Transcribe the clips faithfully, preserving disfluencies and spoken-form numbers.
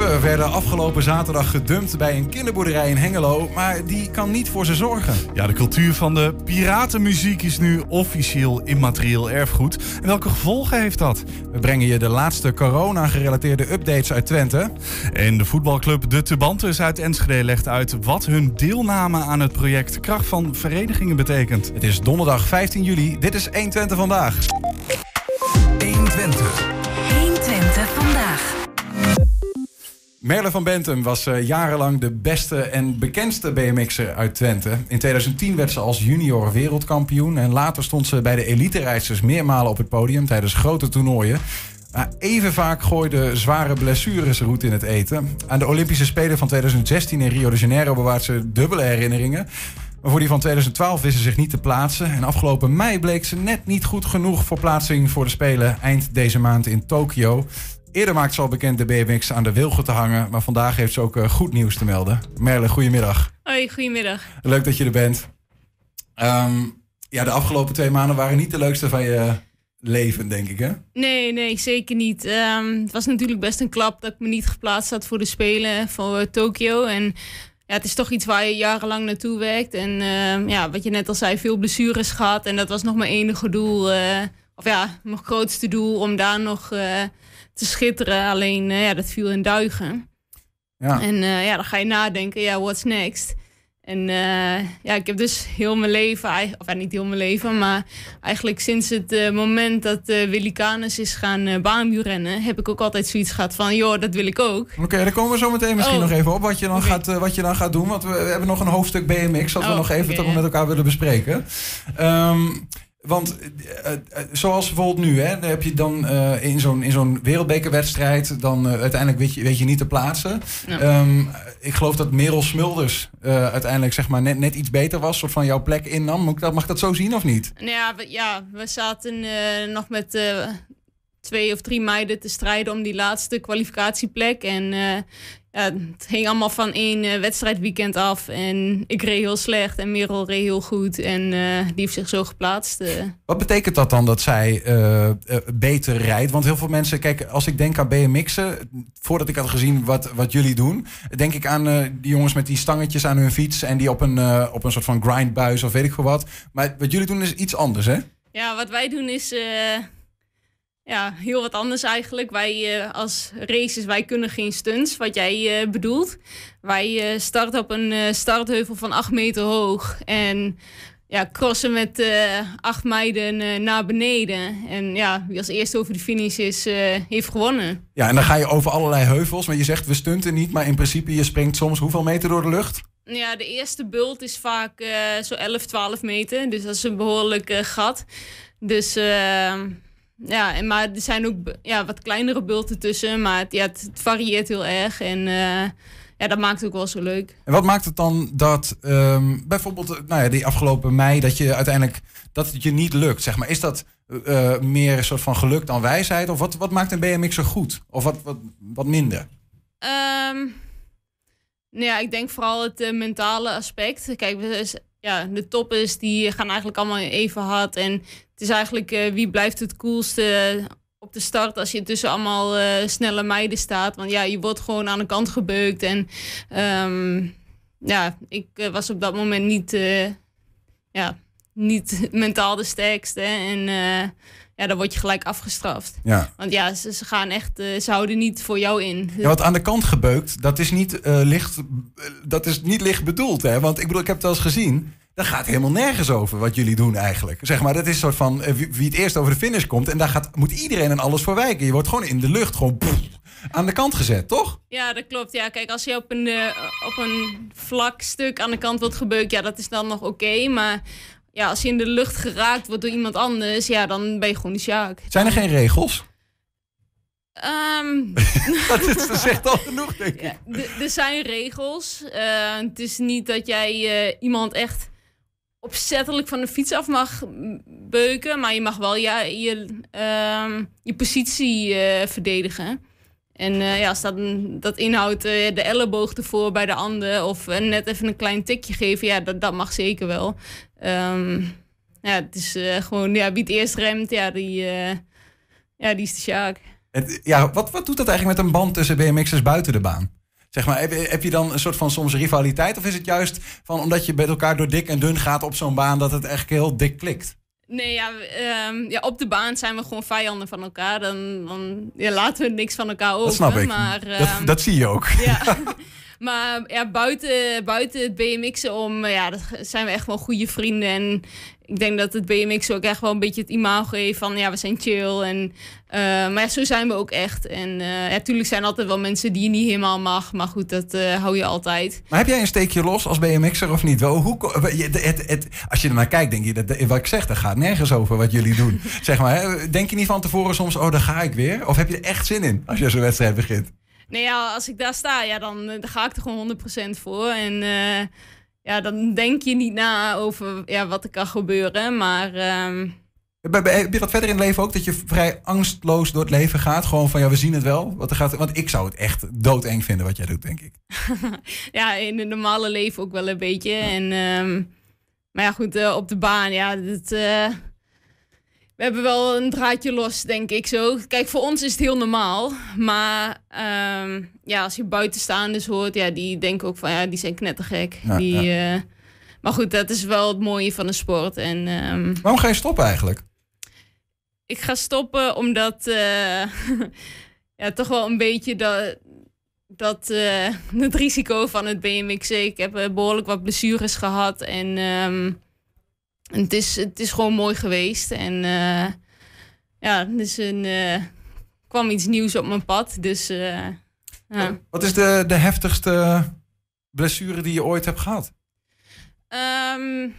katten werden afgelopen zaterdag gedumpt bij een kinderboerderij in Hengelo, maar die kan niet voor ze zorgen. Ja, de cultuur van de piratenmuziek is nu officieel immaterieel erfgoed. En welke gevolgen heeft dat? We brengen je de laatste corona-gerelateerde updates uit Twente. En de voetbalclub De Tubantes uit Enschede legt uit wat hun deelname aan het project Kracht van Verenigingen betekent. Het is donderdag vijftien juli. Dit is honderdtwintig vandaag. honderdtwintig. honderdtwintig vandaag. Merle van Bentum was uh, jarenlang de beste en bekendste B M X'er uit Twente. In tweeduizend tien werd ze als junior wereldkampioen. En later stond ze bij de elite-rijdsters meermalen op het podium tijdens grote toernooien. Maar even vaak gooide zware blessures roet in het eten. Aan de Olympische Spelen van tweeduizend zestien in Rio de Janeiro bewaart ze dubbele herinneringen. Maar voor die van tweeduizend twaalf wist ze zich niet te plaatsen. En afgelopen mei bleek ze net niet goed genoeg voor plaatsing voor de Spelen eind deze maand in Tokio. Eerder maakte ze al bekend de B M X aan de wilgen te hangen. Maar vandaag heeft ze ook uh, goed nieuws te melden. Merle, goedemiddag. Hoi, goedemiddag. Leuk dat je er bent. Um, ja, de afgelopen twee maanden waren niet de leukste van je leven, denk ik, hè? Nee, nee, zeker niet. Um, het was natuurlijk best een klap dat ik me niet geplaatst had voor de Spelen van uh, Tokio. En ja, het is toch iets waar je jarenlang naartoe werkt. En uh, ja, wat je net al zei, veel blessures gehad. En dat was nog mijn enige doel. Uh, of ja, mijn grootste doel om daar nog uh, te schitteren. Alleen, uh, ja, dat viel in duigen. Ja. En uh, ja, dan ga je nadenken, ja, what's next? En uh, ja, ik heb dus heel mijn leven, of ja, niet heel mijn leven, maar eigenlijk sinds het uh, moment dat uh, Willy Canes is gaan uh, baanwielrennen, heb ik ook altijd zoiets gehad van, joh, dat wil ik ook. Oké, okay, daar komen we zo meteen misschien oh. nog even op wat je, dan okay. gaat, uh, wat je dan gaat doen. Want we, we hebben nog een hoofdstuk B M X dat oh, we nog even okay, ja. met elkaar willen bespreken. Um, Want uh, uh, zoals bijvoorbeeld nu, hè, dan heb je dan uh, in zo'n, in zo'n wereldbekerwedstrijd, dan uh, uiteindelijk weet je, weet je niet te plaatsen. Ja. Um, ik geloof dat Merel Smulders uh, uiteindelijk zeg maar net, net iets beter was, soort van jouw plek innam. Mag ik dat, mag ik dat zo zien of niet? Nou ja, we, ja, we zaten uh, nog met uh, twee of drie meiden te strijden om die laatste kwalificatieplek. En uh, ja, het hing allemaal van één uh, wedstrijdweekend af. En ik reed heel slecht en Merel reed heel goed. En uh, die heeft zich zo geplaatst. Uh. Wat betekent dat dan dat zij uh, uh, beter rijdt? Want heel veel mensen, kijk, als ik denk aan B M X'en, voordat ik had gezien wat, wat jullie doen, denk ik aan uh, die jongens met die stangetjes aan hun fiets en die op een, uh, op een soort van grindbuis of weet ik veel wat. Maar wat jullie doen is iets anders, hè? Ja, wat wij doen is Uh... Ja, heel wat anders eigenlijk. Wij uh, als races, wij kunnen geen stunts, wat jij uh, bedoelt. Wij uh, starten op een uh, startheuvel van acht meter hoog. En ja, crossen met uh, acht meiden uh, naar beneden. En ja, wie als eerste over de finish is, uh, heeft gewonnen. Ja, en dan ga je over allerlei heuvels. Maar je zegt, we stunten niet. Maar in principe, je springt soms hoeveel meter door de lucht? Ja, de eerste bult is vaak uh, zo elf, twaalf meter. Dus dat is een behoorlijk uh, gat. Dus Uh, Ja, en, maar er zijn ook ja, wat kleinere bulten tussen. Maar het, ja, het, het varieert heel erg. En uh, ja, dat maakt het ook wel zo leuk. En wat maakt het dan dat um, bijvoorbeeld nou ja, die afgelopen mei dat je uiteindelijk dat het je niet lukt? Zeg maar. Is dat uh, meer een soort van geluk dan wijsheid? Of wat, wat maakt een B M X zo goed? Of wat, wat, wat minder? Um, nou ja, ik denk vooral het uh, mentale aspect. Kijk, we, ja, de toppers die gaan eigenlijk allemaal even hard. En het is eigenlijk uh, wie blijft het coolste uh, op de start als je tussen allemaal uh, snelle meiden staat. Want ja, je wordt gewoon aan de kant gebeukt. En um, ja, ik uh, was op dat moment niet, uh, ja, niet mentaal de sterkste. En uh, ja, dan word je gelijk afgestraft. Ja. Want ja, ze, ze gaan echt, uh, ze houden niet voor jou in. Ja, wat aan de kant gebeukt, dat is niet, uh, licht, uh, dat is niet licht bedoeld. Hè? Want ik bedoel, ik heb het wel eens gezien. Daar gaat helemaal nergens over wat jullie doen eigenlijk. Zeg maar, dat is een soort van uh, wie, wie het eerst over de finish komt. En daar gaat, moet iedereen en alles voor wijken. Je wordt gewoon in de lucht gewoon pff, aan de kant gezet, toch? Ja, dat klopt. Ja, kijk, als je op een, uh, op een vlak stuk aan de kant wordt gebeukt, ja, dat is dan nog oké. Okay, maar ja, als je in de lucht geraakt wordt door iemand anders, ja, dan ben je gewoon de sjaak. Zijn er geen regels? Um, dat, is, dat zegt al genoeg, denk ik. Ja, d- er zijn regels. Uh, het is niet dat jij uh, iemand echt opzettelijk van de fiets af mag beuken, maar je mag wel ja, je, uh, je positie uh, verdedigen. En uh, ja, als dat, dat inhoudt uh, de elleboog ervoor bij de ander of uh, net even een klein tikje geven, ja, dat, dat mag zeker wel. Um, ja, het is uh, gewoon, ja, wie het eerst remt, ja, die, uh, ja, die is de sjaak. Het, ja, wat, wat doet dat eigenlijk met een band tussen B M X'ers buiten de baan? Zeg maar, heb, heb je dan een soort van soms rivaliteit? Of is het juist van omdat je met elkaar door dik en dun gaat op zo'n baan dat het echt heel dik klikt? Nee, ja, um, ja, op de baan zijn we gewoon vijanden van elkaar. Dan, dan ja, laten we niks van elkaar over. Dat snap ik. Maar, um, dat, dat zie je ook. Ja. Maar ja, buiten, buiten het B M X'en om, ja, dat zijn we echt wel goede vrienden. En ik denk dat het B M X ook echt wel een beetje het imago heeft van, ja, we zijn chill. En, uh, maar ja, zo zijn we ook echt. En uh, ja, tuurlijk zijn er altijd wel mensen die je niet helemaal mag. Maar goed, dat uh, hou je altijd. Maar heb jij een steekje los als B M X'er of niet? Wel, hoe, het, het, het, als je er naar kijkt, denk je, dat, wat ik zeg, dat gaat nergens over wat jullie doen. Zeg maar, hè? Denk je niet van tevoren soms, oh, daar ga ik weer? Of heb je er echt zin in als je zo'n wedstrijd begint? Nee, ja, als ik daar sta, ja, dan, dan ga ik er gewoon honderd procent voor. En uh, ja, dan denk je niet na over ja, wat er kan gebeuren. Maar um... heb je dat verder in het leven ook? Dat je vrij angstloos door het leven gaat? Gewoon van, ja, we zien het wel. Wat er gaat, want ik zou het echt doodeng vinden wat jij doet, denk ik. Ja, in het normale leven ook wel een beetje. Ja. En, um, maar ja, goed, uh, op de baan, ja, dat... Uh... We hebben wel een draadje los, denk ik zo. Kijk, voor ons is het heel normaal. Maar um, ja, als je buitenstaanders hoort, ja, die denken ook van, ja, die zijn knettergek. Ja, die, ja. Uh, maar goed, dat is wel het mooie van de sport. En, um, waarom ga je stoppen eigenlijk? Ik ga stoppen omdat uh, ja, toch wel een beetje dat, dat uh, het risico van het B M X. Ik heb uh, behoorlijk wat blessures gehad en... Um, En het is, het is gewoon mooi geweest. En uh, ja, dus een, uh, kwam iets nieuws op mijn pad. Dus, uh, ja. Wat is de, de heftigste blessure die je ooit hebt gehad? Um,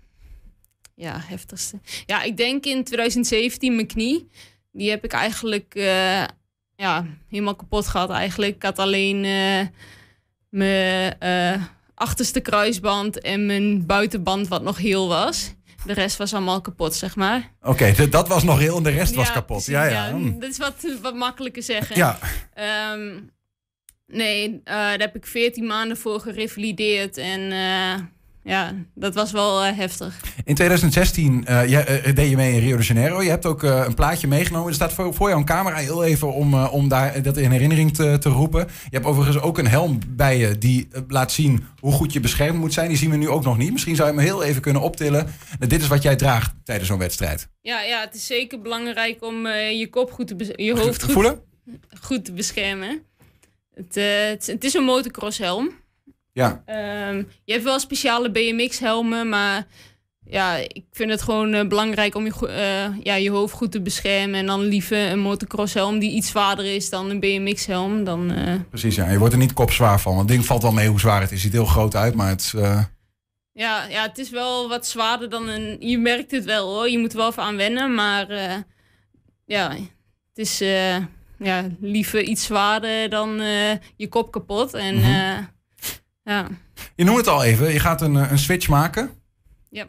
ja, heftigste. Ja, ik denk in twintig zeventien mijn knie. Die heb ik eigenlijk uh, ja, helemaal kapot gehad eigenlijk. Ik had alleen uh, mijn uh, achterste kruisband en mijn buitenband wat nog heel was. De rest was allemaal kapot, zeg maar. Oké, okay, dat was nog heel en de rest ja, was kapot. Precies, ja, ja. ja, dat is wat, wat makkelijker zeggen. Ja. Um, nee, uh, daar heb ik veertien maanden voor gerevalideerd. En uh, ja, dat was wel uh, heftig. In twintig zestien uh, je, uh, deed je mee in Rio de Janeiro. Je hebt ook uh, een plaatje meegenomen. Er staat voor, voor jou een camera heel even om, uh, om daar, dat in herinnering te, te roepen. Je hebt overigens ook een helm bij je die uh, laat zien hoe goed je beschermd moet zijn. Die zien we nu ook nog niet. Misschien zou je hem heel even kunnen optillen. Uh, dit is wat jij draagt tijdens zo'n wedstrijd. Ja, ja, het is zeker belangrijk om uh, je kop goed te bes- je hoofd goed, voelen? goed te beschermen. Het, uh, het, het is een motocross-helm. Ja. Um, je hebt wel speciale B M X-helmen, maar ja, ik vind het gewoon uh, belangrijk om je, uh, ja, je hoofd goed te beschermen. En dan liever een motocross-helm die iets zwaarder is dan een B M X-helm. Dan, uh... Precies, ja. Je wordt er niet kopzwaar van. Want het ding valt wel mee hoe zwaar het is. Het ziet heel groot uit, maar het is... Uh... Ja, ja, het is wel wat zwaarder dan een... Je merkt het wel hoor, je moet er wel even aan wennen. Maar uh, ja, het is uh, ja, liever iets zwaarder dan uh, je kop kapot. En... Mm-hmm. Uh, Ja. Je noemt het al even, je gaat een, een switch maken. Ja.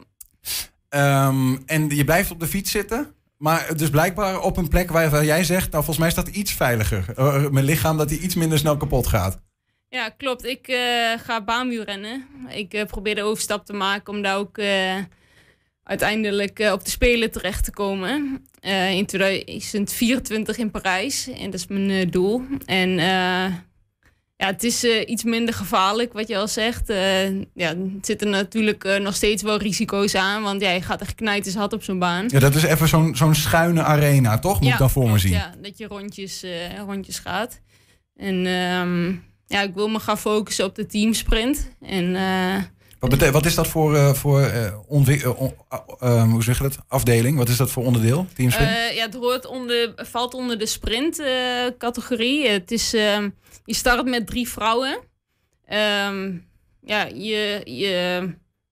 Um, en je blijft op de fiets zitten. Maar dus blijkbaar op een plek waar jij zegt... nou, volgens mij staat iets veiliger. Uh, mijn lichaam, dat hij iets minder snel kapot gaat. Ja, klopt. Ik uh, ga baanwielrennen. Ik uh, probeer de overstap te maken om daar ook uh, uiteindelijk uh, op de Spelen terecht te komen. Uh, in twintig vierentwintig in Parijs. En dat is mijn uh, doel. En... Uh, Ja, het is uh, iets minder gevaarlijk, wat je al zegt. Uh, ja, er zitten natuurlijk uh, nog steeds wel risico's aan. Want ja, je gaat echt knijtershard op zo'n baan. Ja, dat is even zo'n, zo'n schuine arena, toch? Moet ja, ik dan voor me zien. Ja, dat je rondjes, uh, rondjes gaat. En um, ja, ik wil me gaan focussen op de teamsprint. En, uh, wat, bete- wat is dat voor, uh, voor uh, onwi- uh, on- uh, hoe zeg je dat? Afdeling? Wat is dat voor onderdeel? Teamsprint? Uh, ja, het hoort onder, valt onder de sprint-categorie. Uh, het is... Uh, Je start met drie vrouwen. Um, ja, je, je,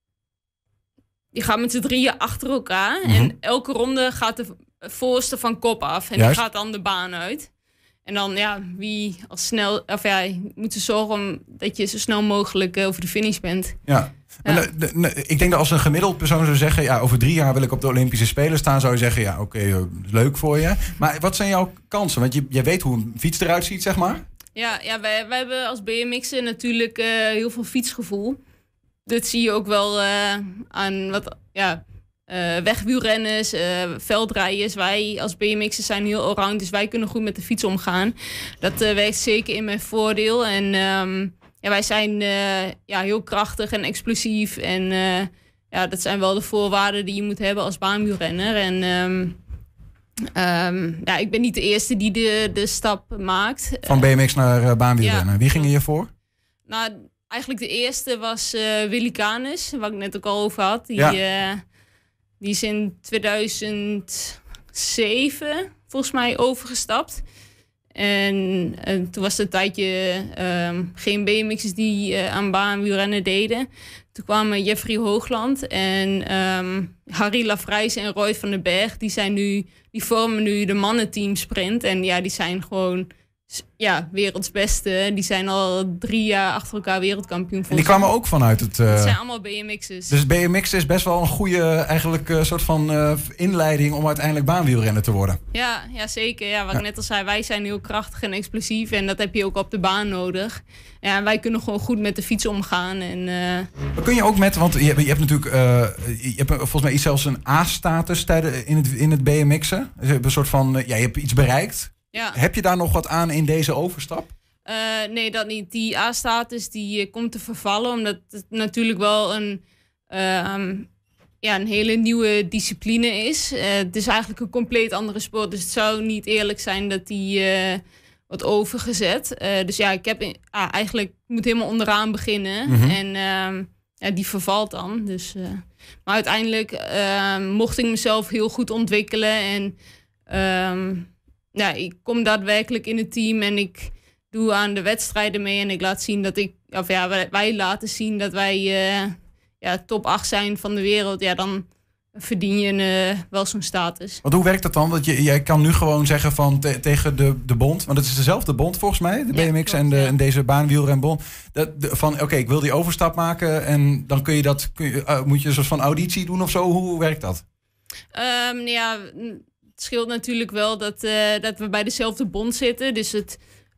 je gaat met z'n drieën achter elkaar. Mm-hmm. En elke ronde gaat de voorste van kop af. En Juist. die gaat dan de baan uit. En dan, ja, wie als snel... Of ja, je moet er zorgen dat je zo snel mogelijk uh, over de finish bent. Ja. Ja. De, de, de, ik denk dat als een gemiddeld persoon zou zeggen... ja, over drie jaar wil ik op de Olympische Spelen staan... zou je zeggen, ja, oké, okay, leuk voor je. Maar wat zijn jouw kansen? Want je, je weet hoe een fiets eruit ziet, zeg maar. Ja, ja wij, wij hebben als B M X'er natuurlijk uh, heel veel fietsgevoel. Dat zie je ook wel uh, aan wat... Ja, uh, wegwielrenners, uh, veldrijders. Wij als B M X'ers zijn heel allround, dus wij kunnen goed met de fiets omgaan. Dat uh, werkt zeker in mijn voordeel. En um, ja, wij zijn uh, ja, heel krachtig en explosief. En uh, ja, dat zijn wel de voorwaarden die je moet hebben als baanwielrenner. En um, um, ja, ik ben niet de eerste die de, de stap maakt. Van B M X naar uh, baanwielrennen. Ja. Wie ging hiervoor? Nou, eigenlijk de eerste was uh, Willy Canes, waar ik net ook al over had. Die, ja. uh, die is in tweeduizend zeven volgens mij overgestapt. En uh, toen was er een tijdje uh, geen B M X'ers die uh, aan baanwielrennen deden. Toen kwamen Jeffrey Hoogland en um, Harry Lafrijs en Roy van den Berg. Die, zijn nu, die vormen nu de mannenteam sprint. En ja, die zijn gewoon ja, werelds beste. Die zijn al drie jaar achter elkaar wereldkampioen. En die kwamen ook vanuit het... Uh... Het zijn allemaal B M X'ers. Dus B M X is best wel een goede eigenlijk, uh, soort van uh, inleiding om uiteindelijk baanwielrenner te worden. Ja, ja zeker. Ja, wat ja. ik net al zei, wij zijn heel krachtig en explosief. En dat heb je ook op de baan nodig. Ja, wij kunnen gewoon goed met de fiets omgaan. En, uh... maar kun je ook met, want je, je hebt natuurlijk, uh, je hebt volgens mij iets zelfs een A-status in het, in het B M X'en. Dus je hebt een soort van, uh, ja, je hebt iets bereikt. Ja. Heb je daar nog wat aan in deze overstap? Uh, nee, dat niet. Die A-status die uh, komt te vervallen, omdat het natuurlijk wel een, uh, um, ja, een hele nieuwe discipline is. Uh, het is eigenlijk een compleet andere sport, dus het zou niet eerlijk zijn dat die uh, wordt overgezet. Uh, dus ja, ik heb in, ah, eigenlijk moet helemaal onderaan beginnen mm-hmm. en uh, ja, die vervalt dan. Dus, uh, maar uiteindelijk uh, mocht ik mezelf heel goed ontwikkelen en uh, ja, ik kom daadwerkelijk in het team en ik doe aan de wedstrijden mee en ik laat zien dat ik, of ja, wij, wij laten zien dat wij uh, ja, top acht zijn van de wereld. Ja, dan verdien je uh, wel zo'n status. Want hoe werkt dat dan? Dat je, jij kan nu gewoon zeggen van te, tegen de, de bond, want het is dezelfde bond volgens mij, de ja, B M X klopt, en, de, ja. en deze baanwielrenbond. Dat, de, van oké, okay, ik wil die overstap maken en dan kun je dat, kun je, uh, moet je een soort van auditie doen of zo? Hoe werkt dat? Um, ja... Het scheelt natuurlijk wel dat, uh, dat we bij dezelfde bond zitten. Dus het,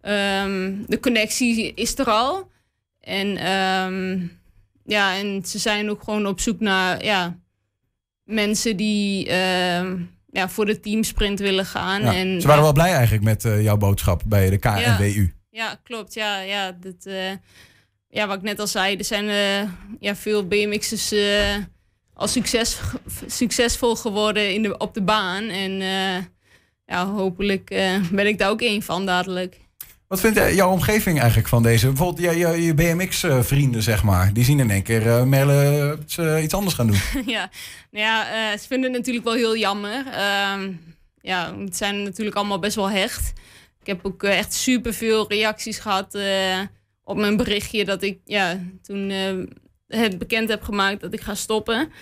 um, de connectie is er al. En, um, ja, en ze zijn ook gewoon op zoek naar ja, mensen die uh, ja, voor de teamsprint willen gaan. Ja, en, ze waren ja, wel blij eigenlijk met uh, jouw boodschap bij de K N W U. Ja, ja klopt. Ja, ja, dat, uh, ja, wat ik net al zei, er zijn uh, ja, veel B M X'ers... Uh, al succes, succesvol geworden in de, op de baan. En uh, ja, hopelijk uh, ben ik daar ook één van dadelijk. Wat vindt jouw omgeving eigenlijk van deze? Bijvoorbeeld je, je, je B M X-vrienden, zeg maar. Die zien in één keer uh, Merle uh, iets anders gaan doen. ja, nou ja uh, ze vinden het natuurlijk wel heel jammer. Uh, ja, het zijn natuurlijk allemaal best wel hecht. Ik heb ook uh, echt superveel reacties gehad uh, op mijn berichtje... dat ik ja, toen... Uh, het bekend heb gemaakt dat ik ga stoppen.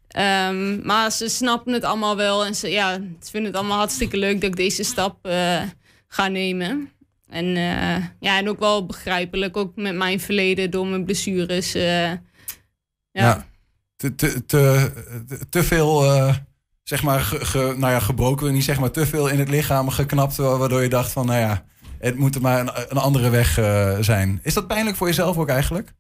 Um, maar ze snappen het allemaal wel. En ze, ja, ze vinden het allemaal hartstikke leuk dat ik deze stap uh, ga nemen. En, uh, ja, en ook wel begrijpelijk. Ook met mijn verleden door mijn blessures. Uh, ja. ja, te, te, te, te veel uh, zeg maar, ge, ge, nou ja, gebroken. Niet zeg maar te veel in het lichaam geknapt. Waardoor je dacht van, nou ja, het moet er maar een, een andere weg uh, zijn. Is dat pijnlijk voor jezelf ook eigenlijk?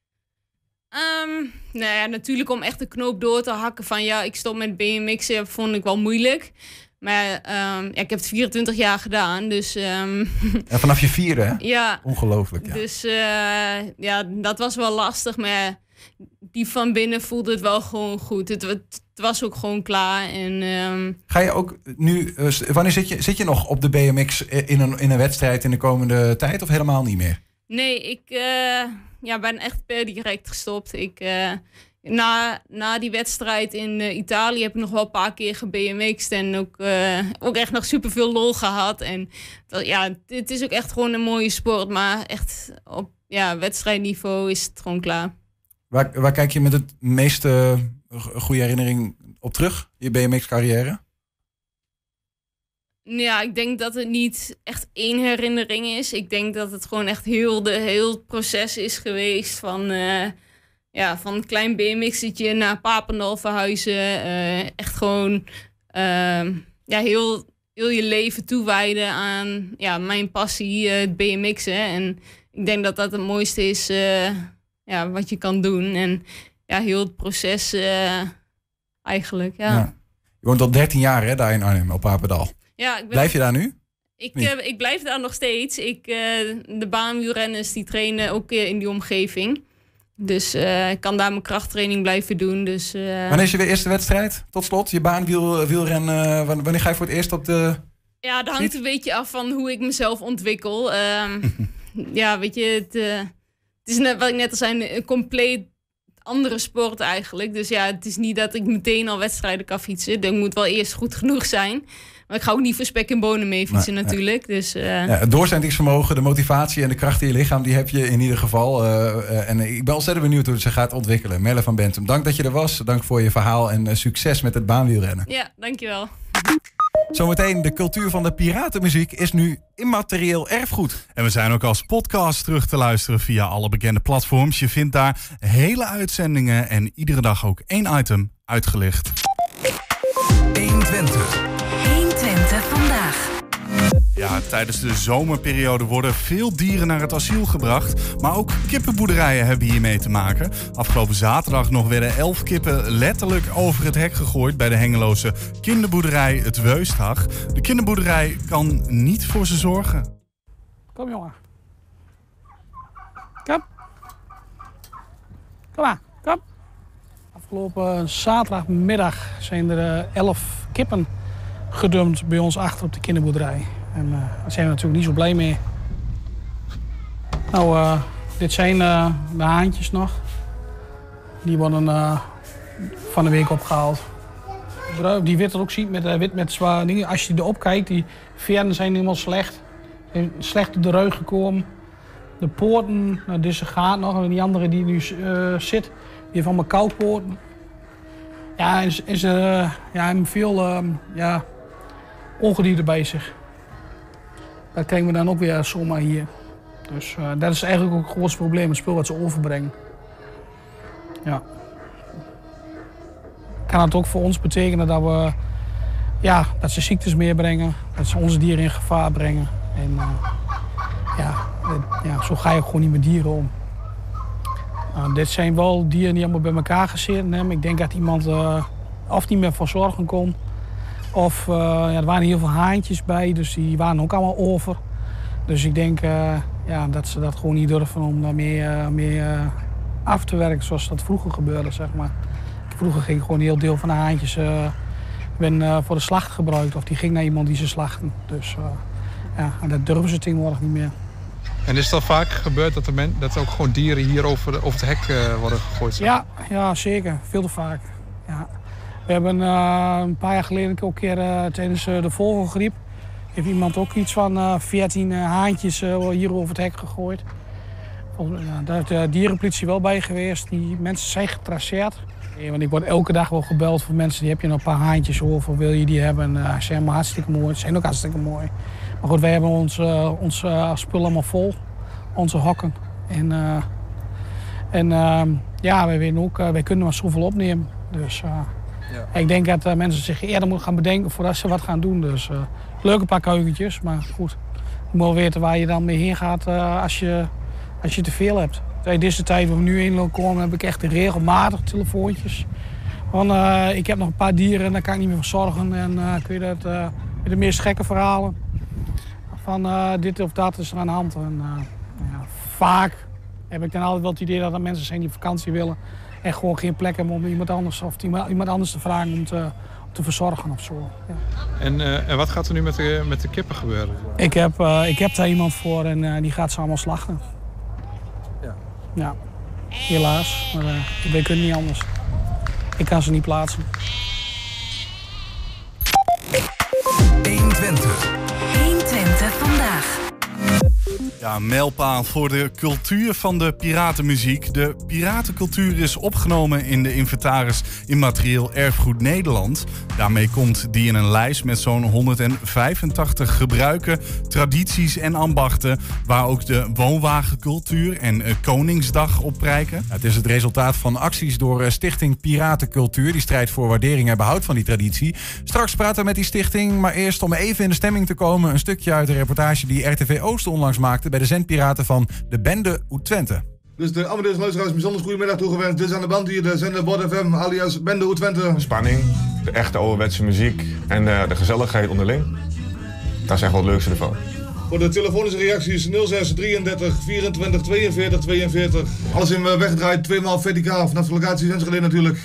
Um, nou ja, natuurlijk om echt de knoop door te hakken van ja, ik stop met B M X, vond ik wel moeilijk. Maar um, ja, ik heb het vierentwintig jaar gedaan, dus... Um, ja, vanaf je vierde, hè? Ja. Ongelooflijk, ja. Dus uh, ja, dat was wel lastig, maar die van binnen voelde het wel gewoon goed. Het, het was ook gewoon klaar. En, um... Ga je ook nu, uh, wanneer zit je, zit je nog op de B M X in een, in een wedstrijd in de komende tijd of helemaal niet meer? Nee, ik uh, ja, ben echt per direct gestopt. Ik, uh, na, na die wedstrijd in uh, Italië heb ik nog wel een paar keer ge-B M X'd en ook, uh, ook echt nog superveel lol gehad. En dat, ja, het is ook echt gewoon een mooie sport, maar echt op ja, wedstrijdniveau is het gewoon klaar. Waar, waar kijk je met het meeste goede herinnering op terug, je B M X-carrière? Ja, ik denk dat het niet echt één herinnering is. Ik denk dat het gewoon echt heel, de, heel het proces is geweest van, uh, ja, van een klein B M X'tje naar Papendal verhuizen. Uh, echt gewoon uh, ja, heel, heel je leven toewijden aan ja, mijn passie, uh, het B M X'en. En ik denk dat dat het mooiste is uh, ja, wat je kan doen. En ja, heel het proces uh, eigenlijk. Ja. Ja. Je woont al dertien jaar hè, daar in Arnhem, op Apeldoorn. Ja, ik ben Blijf je daar nu? Ik, uh, ik blijf daar nog steeds. Ik, uh, de baanwielrenners die trainen ook uh, in die omgeving. Dus uh, ik kan daar mijn krachttraining blijven doen. Dus, uh... Wanneer is je weer eerste wedstrijd? Tot slot, je baanwielrennen. Uh, wanneer ga je voor het eerst op de... Ja, dat hangt een beetje af van hoe ik mezelf ontwikkel. Um, ja, weet je, het, uh, het is net wat ik net al zei, een compleet andere sport eigenlijk. Dus ja, het is niet dat ik meteen al wedstrijden kan fietsen. Dat moet wel eerst goed genoeg zijn. Maar ik ga ook niet voor spek en bonen mee fietsen nee, natuurlijk. Nee. Dus, uh... ja, het doorzettingsvermogen, de motivatie en de kracht in je lichaam, die heb je in ieder geval. Uh, uh, en ik ben ontzettend benieuwd hoe het zich gaat ontwikkelen. Merle van Bentum, dank dat je er was. Dank voor je verhaal en uh, succes met het baanwielrennen. Ja, dankjewel. Zometeen, de cultuur van de piratenmuziek is nu immaterieel erfgoed. En we zijn ook als podcast terug te luisteren via alle bekende platforms. Je vindt daar hele uitzendingen en iedere dag ook één item uitgelicht. honderdtwintig. honderdtwintig vandaag. Ja, tijdens de zomerperiode worden veel dieren naar het asiel gebracht. Maar ook kippenboerderijen hebben hiermee te maken. Afgelopen zaterdag nog werden elf kippen letterlijk over het hek gegooid bij de Hengeloze kinderboerderij Het Weustag. De kinderboerderij kan niet voor ze zorgen. Kom jongen. Kom. Kom maar, kom. Afgelopen zaterdagmiddag zijn er elf kippen gedumpt bij ons achter op de kinderboerderij. En uh, daar zijn we natuurlijk niet zo blij mee. Nou, uh, dit zijn uh, de haantjes nog. Die worden uh, van de week opgehaald. Die wit er ook ziet met, uh, wit met zwaar dingen. Als je erop kijkt, die veren zijn helemaal slecht. Zijn slecht op de rug gekomen. De poorten, nou, deze gaat nog. En die andere die nu uh, zit, die heeft allemaal koudpoorten. Ja, en, en ze uh, ja, hebben veel uh, ja, ongedierte bij zich. Dat krijgen we dan ook weer zomaar hier. Dus uh, dat is eigenlijk ook het grootste probleem, het spul wat ze overbrengen. Ja. Kan het ook voor ons betekenen dat we ja, dat ze ziektes meebrengen, dat ze onze dieren in gevaar brengen. En uh, ja, ja, zo ga je gewoon niet met dieren om. Uh, dit zijn wel dieren die allemaal bij elkaar gezeten hebben. Ik denk dat iemand uh, of niet meer voor zorgen kon. Of uh, ja, er waren heel veel haantjes bij, dus die waren ook allemaal over. Dus ik denk uh, ja, dat ze dat gewoon niet durven om daarmee uh, mee, uh, af te werken zoals dat vroeger gebeurde, zeg maar. Vroeger ging gewoon een heel deel van de haantjes uh, ben, uh, voor de slacht gebruikt. Of die ging naar iemand die ze slachten. Dus uh, ja, en dat durven ze tegenwoordig niet meer. En is het al vaak gebeurd dat er, men, dat er ook gewoon dieren hier over, over het hek uh, worden gegooid? Zeg? Ja, ja, zeker. Veel te vaak. Ja. We hebben uh, een paar jaar geleden ook een keer uh, tijdens uh, de vogelgriep... heeft iemand ook iets van uh, veertien uh, haantjes uh, hier over het hek gegooid. Volgens, uh, daar is de dierenpolitie wel bij geweest. Die mensen zijn getraceerd. Ja, want ik word elke dag wel gebeld voor mensen die heb je nog een paar haantjes over, wil je die hebben? Uh, ze zijn maar hartstikke mooi, ze zijn ook hartstikke mooi. Maar goed, wij hebben ons, uh, ons uh, spul allemaal vol, onze hokken. En, uh, en uh, ja, wij weten ook, uh, wij kunnen maar zoveel opnemen. Dus uh, ja. Ik denk dat uh, mensen zich eerder moeten gaan bedenken voordat ze wat gaan doen. Dus uh, leuke paar keukentjes, maar goed. Je moet wel weten waar je dan mee heen gaat uh, als, je, als je te veel hebt. In deze tijd waar we nu in komen, heb ik echt regelmatig telefoontjes. Want uh, ik heb nog een paar dieren en daar kan ik niet meer voor zorgen. En uh, kun je dat uh, met de meest gekke verhalen. Van uh, dit of dat is er aan de hand. En, uh, ja, vaak heb ik dan altijd wel het idee dat er mensen zijn die op vakantie willen. En gewoon geen plek hebben om iemand anders, of iemand anders te vragen om te, om te verzorgen of zo. Ja. En, uh, en wat gaat er nu met de, met de kippen gebeuren? Ik heb, uh, ik heb daar iemand voor en uh, die gaat ze allemaal slachten. Ja, helaas. Maar uh, wij kunnen niet anders. Ik kan ze niet plaatsen. honderdtwintig. honderdtwintig vandaag. Ja, mijlpaal voor de cultuur van de piratenmuziek. De piratencultuur is opgenomen in de inventaris Immaterieel Erfgoed Nederland. Daarmee komt die in een lijst met zo'n honderdvijfentachtig gebruiken, tradities en ambachten, waar ook de woonwagencultuur en Koningsdag op prijken. Ja, het is het resultaat van acties door Stichting Piratencultuur. Die strijdt voor waardering en behoud van die traditie. Straks praten we met die stichting, maar eerst om even in de stemming te komen, een stukje uit de reportage die R T V Oost onlangs maakte bij de zendpiraten van de Bende Oud Twente. Dus de amateurs luisteraars bijzonder goedemiddag toegewenst. Dit is aan de band hier de zender Bord F M alias Bende U Twente. Spanning, de echte ouderwetse muziek en uh, de gezelligheid onderling. Dat is echt wel het leukste ervan. Voor de telefonische reacties nul zes drieëndertig vierentwintig tweeënveertig tweeënveertig. Alles in weggedraaid, tweemaal verticaal vanaf de locatie Enschede natuurlijk.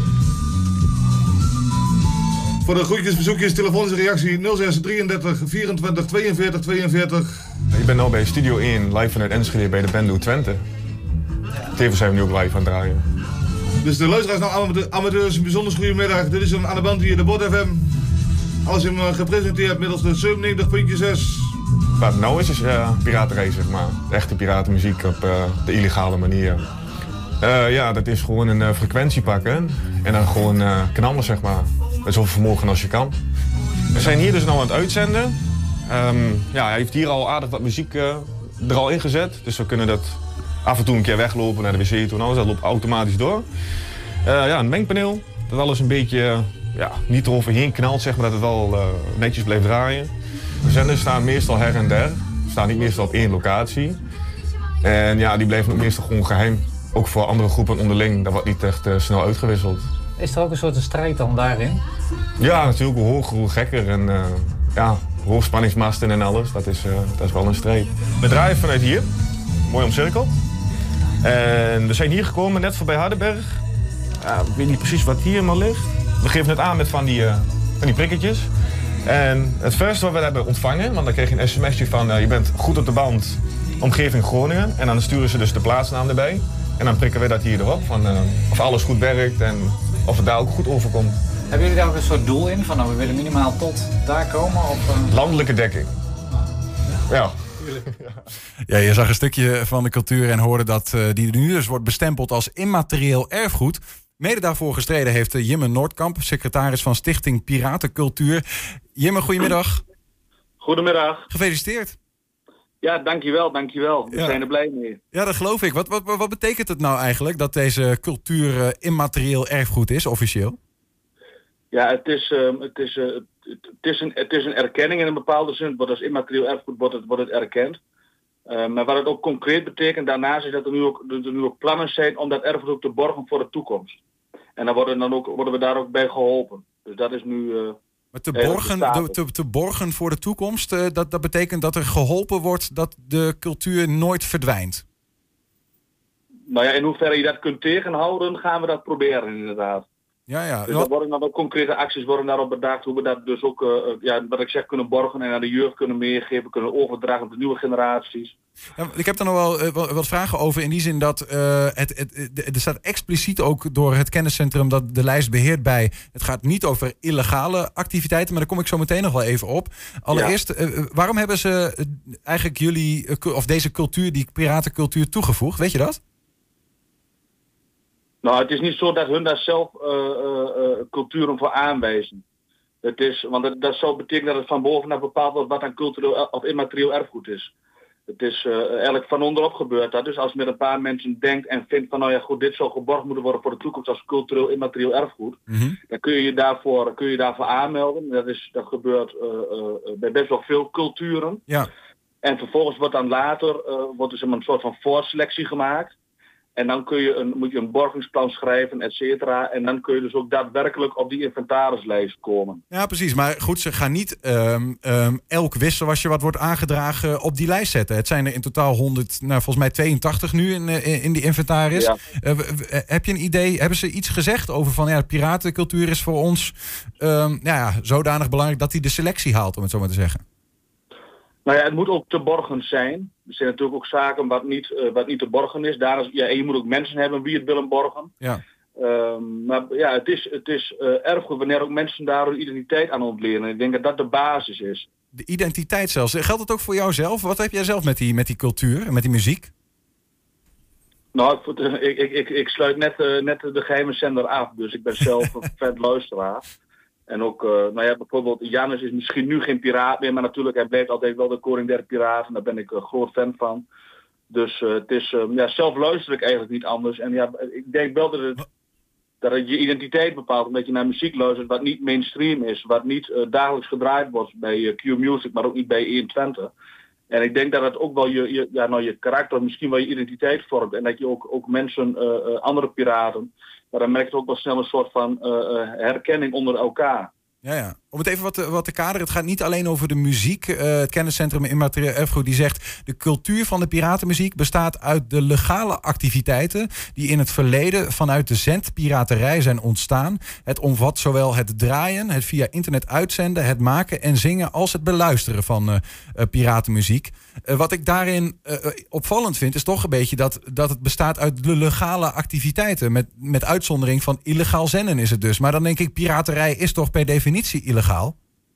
Voor de groetjes, bezoekjes, telefonische reactie nul zes drieëndertig vierentwintig tweeënveertig tweeënveertig. Ik ben nu bij Studio één, live vanuit Enschede bij de Bende U Twente. Tevens zijn we nu ook live aan het draaien. Dus de luisteraars nou amateurs, een bijzonder goedemiddag. Dit is een aan de band hier, de Bord F M. Alles in gepresenteerd middels de zevenennegentig punt zes. Wat het nou is, is uh, piraterij, zeg maar. De echte piratenmuziek op uh, de illegale manier. Uh, ja, dat is gewoon een uh, frequentie pakken en dan gewoon uh, knallen, zeg maar. Met zoveel vermogen als je kan. We zijn hier dus nou aan het uitzenden. Um, ja, hij heeft hier al aardig wat muziek uh, er al in gezet. Dus we kunnen dat af en toe een keer weglopen naar de wc toe. Nou, dat loopt automatisch door. Uh, ja, een mengpaneel. Dat alles een beetje uh, ja, niet eroverheen knalt, zeg maar, dat het wel uh, netjes blijft draaien. De zenders staan meestal her en der. Ze staan niet meestal op één locatie. En ja, die blijven ook meestal gewoon geheim. Ook voor andere groepen onderling. Dat wordt niet echt uh, snel uitgewisseld. Is er ook een soort strijd dan daarin? Ja, natuurlijk. Hoe hoger, hoe gekker. En uh, ja, hoogspanningsmasten en alles. Dat is, uh, dat is wel een strijd. We draaien vanuit hier. Mooi omcirkeld. En we zijn hier gekomen, net voorbij Hardenberg. Ja, ik weet niet precies wat hier maar ligt. We geven het aan met van die, uh, van die prikketjes. En het first wat we hebben ontvangen, want dan kreeg je een sms'je van uh, je bent goed op de band, omgeving Groningen. En dan sturen ze dus de plaatsnaam erbij. En dan prikken we dat hier erop, van uh, of alles goed werkt en of het daar ook goed overkomt. Hebben jullie daar ook een soort doel in, van nou, we willen minimaal tot daar komen? Of, uh... Landelijke dekking. Ja. Ja, je zag een stukje van de cultuur en hoorde dat uh, die nu dus wordt bestempeld als immaterieel erfgoed. Mede daarvoor gestreden heeft uh, Jimme Noordkamp, secretaris van Stichting Piratencultuur. Jimme, goedemiddag. Goedemiddag. Gefeliciteerd. Ja, dankjewel, dankjewel. We ja. zijn er blij mee. Ja, dat geloof ik. Wat, wat, wat betekent het nou eigenlijk dat deze cultuur uh, immaterieel erfgoed is, officieel? Ja, het is, uh, het, is, uh, het, is een, het is een erkenning in een bepaalde zin. Wordt als immaterieel erfgoed wordt het, wordt het erkend. Uh, maar wat het ook concreet betekent daarnaast is dat er nu, ook, dat er nu ook plannen zijn om dat erfgoed ook te borgen voor de toekomst. En dan worden, dan ook, worden we daar ook bij geholpen. Dus dat is nu... Uh, maar te borgen, de, te, te borgen voor de toekomst, uh, dat, dat betekent dat er geholpen wordt dat de cultuur nooit verdwijnt? Nou ja, in hoeverre je dat kunt tegenhouden, gaan we dat proberen inderdaad. Ja, ja. Dus er worden dan ook concrete acties worden daarop bedacht hoe we dat dus ook, uh, ja, wat ik zeg, kunnen borgen en aan de jeugd kunnen meegeven, kunnen overdragen op de nieuwe generaties. Ja, ik heb er nog wel uh, wat vragen over in die zin dat uh, het, het, het, er staat expliciet ook door het kenniscentrum dat de lijst beheert bij. Het gaat niet over illegale activiteiten, maar daar kom ik zo meteen nog wel even op. Allereerst, ja. uh, waarom hebben ze uh, eigenlijk jullie, uh, of deze cultuur, die piratencultuur toegevoegd? Weet je dat? Nou, het is niet zo dat hun daar zelf uh, uh, uh, culturen voor aanwijzen. Het is, want dat, dat zou betekenen dat het van bovenaf bepaald wordt wat aan cultureel of immaterieel erfgoed is. Het is uh, eigenlijk van onderop gebeurd. Dat. Dus als met een paar mensen denkt en vindt van nou ja goed, dit zou geborgd moeten worden voor de toekomst als cultureel immaterieel erfgoed. Mm-hmm. Dan kun je je daarvoor, kun je daarvoor aanmelden. Dat, is, dat gebeurt uh, uh, bij best wel veel culturen. Ja. En vervolgens wordt dan later uh, wordt dus een soort van voorselectie gemaakt. En dan kun je een, moet je een borgingsplan schrijven, et cetera. En dan kun je dus ook daadwerkelijk op die inventarislijst komen. Ja, precies. Maar goed, ze gaan niet um, um, elk wisselwasje wat wordt aangedragen op die lijst zetten. Het zijn er in totaal honderd, nou volgens mij tweeëntachtig nu in, in, in die inventaris. Ja. Uh, w- w- heb je een idee, hebben ze iets gezegd over van ja, piratencultuur is voor ons um, ja, zodanig belangrijk dat hij de selectie haalt, om het zo maar te zeggen? Nou ja, het moet ook te borgen zijn. Er zijn natuurlijk ook zaken wat niet, uh, wat niet te borgen is. Daar is ja, en je moet ook mensen hebben wie het willen borgen. Ja. Um, maar ja, het is, het is uh, erfgoed wanneer ook mensen daar hun identiteit aan ontlenen. Ik denk dat dat de basis is. De identiteit zelfs. Geldt het ook voor jou zelf? Wat heb jij zelf met die, met die cultuur en met die muziek? Nou, ik, ik, ik, ik sluit net, uh, net de geheime zender af. Dus ik ben zelf een vet luisteraar. En ook, uh, nou ja, bijvoorbeeld Jannes is misschien nu geen piraat meer, maar natuurlijk, hij blijft altijd wel de koning der piraten. Daar ben ik een uh, groot fan van. Dus uh, het is, uh, ja, zelf luister ik eigenlijk niet anders. En ja, ik denk wel dat het, dat het je identiteit bepaalt, omdat je naar muziek luistert wat niet mainstream is, wat niet uh, dagelijks gedraaid wordt bij uh, Q Music, maar ook niet bij honderdtwintig. En ik denk dat het ook wel je, je, ja, nou, je karakter, misschien wel je identiteit vormt. En dat je ook, ook mensen, uh, uh, andere piraten, maar dan merk je ook wel snel een soort van uh, uh, herkenning onder elkaar. Ja, ja. Om het even wat te, wat te kaderen. Het gaat niet alleen over de muziek. Uh, het kenniscentrum Immaterieel Erfgoed die zegt... de cultuur van de piratenmuziek bestaat uit de legale activiteiten... die in het verleden vanuit de zendpiraterij zijn ontstaan. Het omvat zowel het draaien, het via internet uitzenden... het maken en zingen als het beluisteren van uh, uh, piratenmuziek. Uh, wat ik daarin uh, opvallend vind is toch een beetje... dat, dat het bestaat uit de legale activiteiten. Met, met uitzondering van illegaal zenden is het dus. Maar dan denk ik, piraterij is toch per definitie illegaal?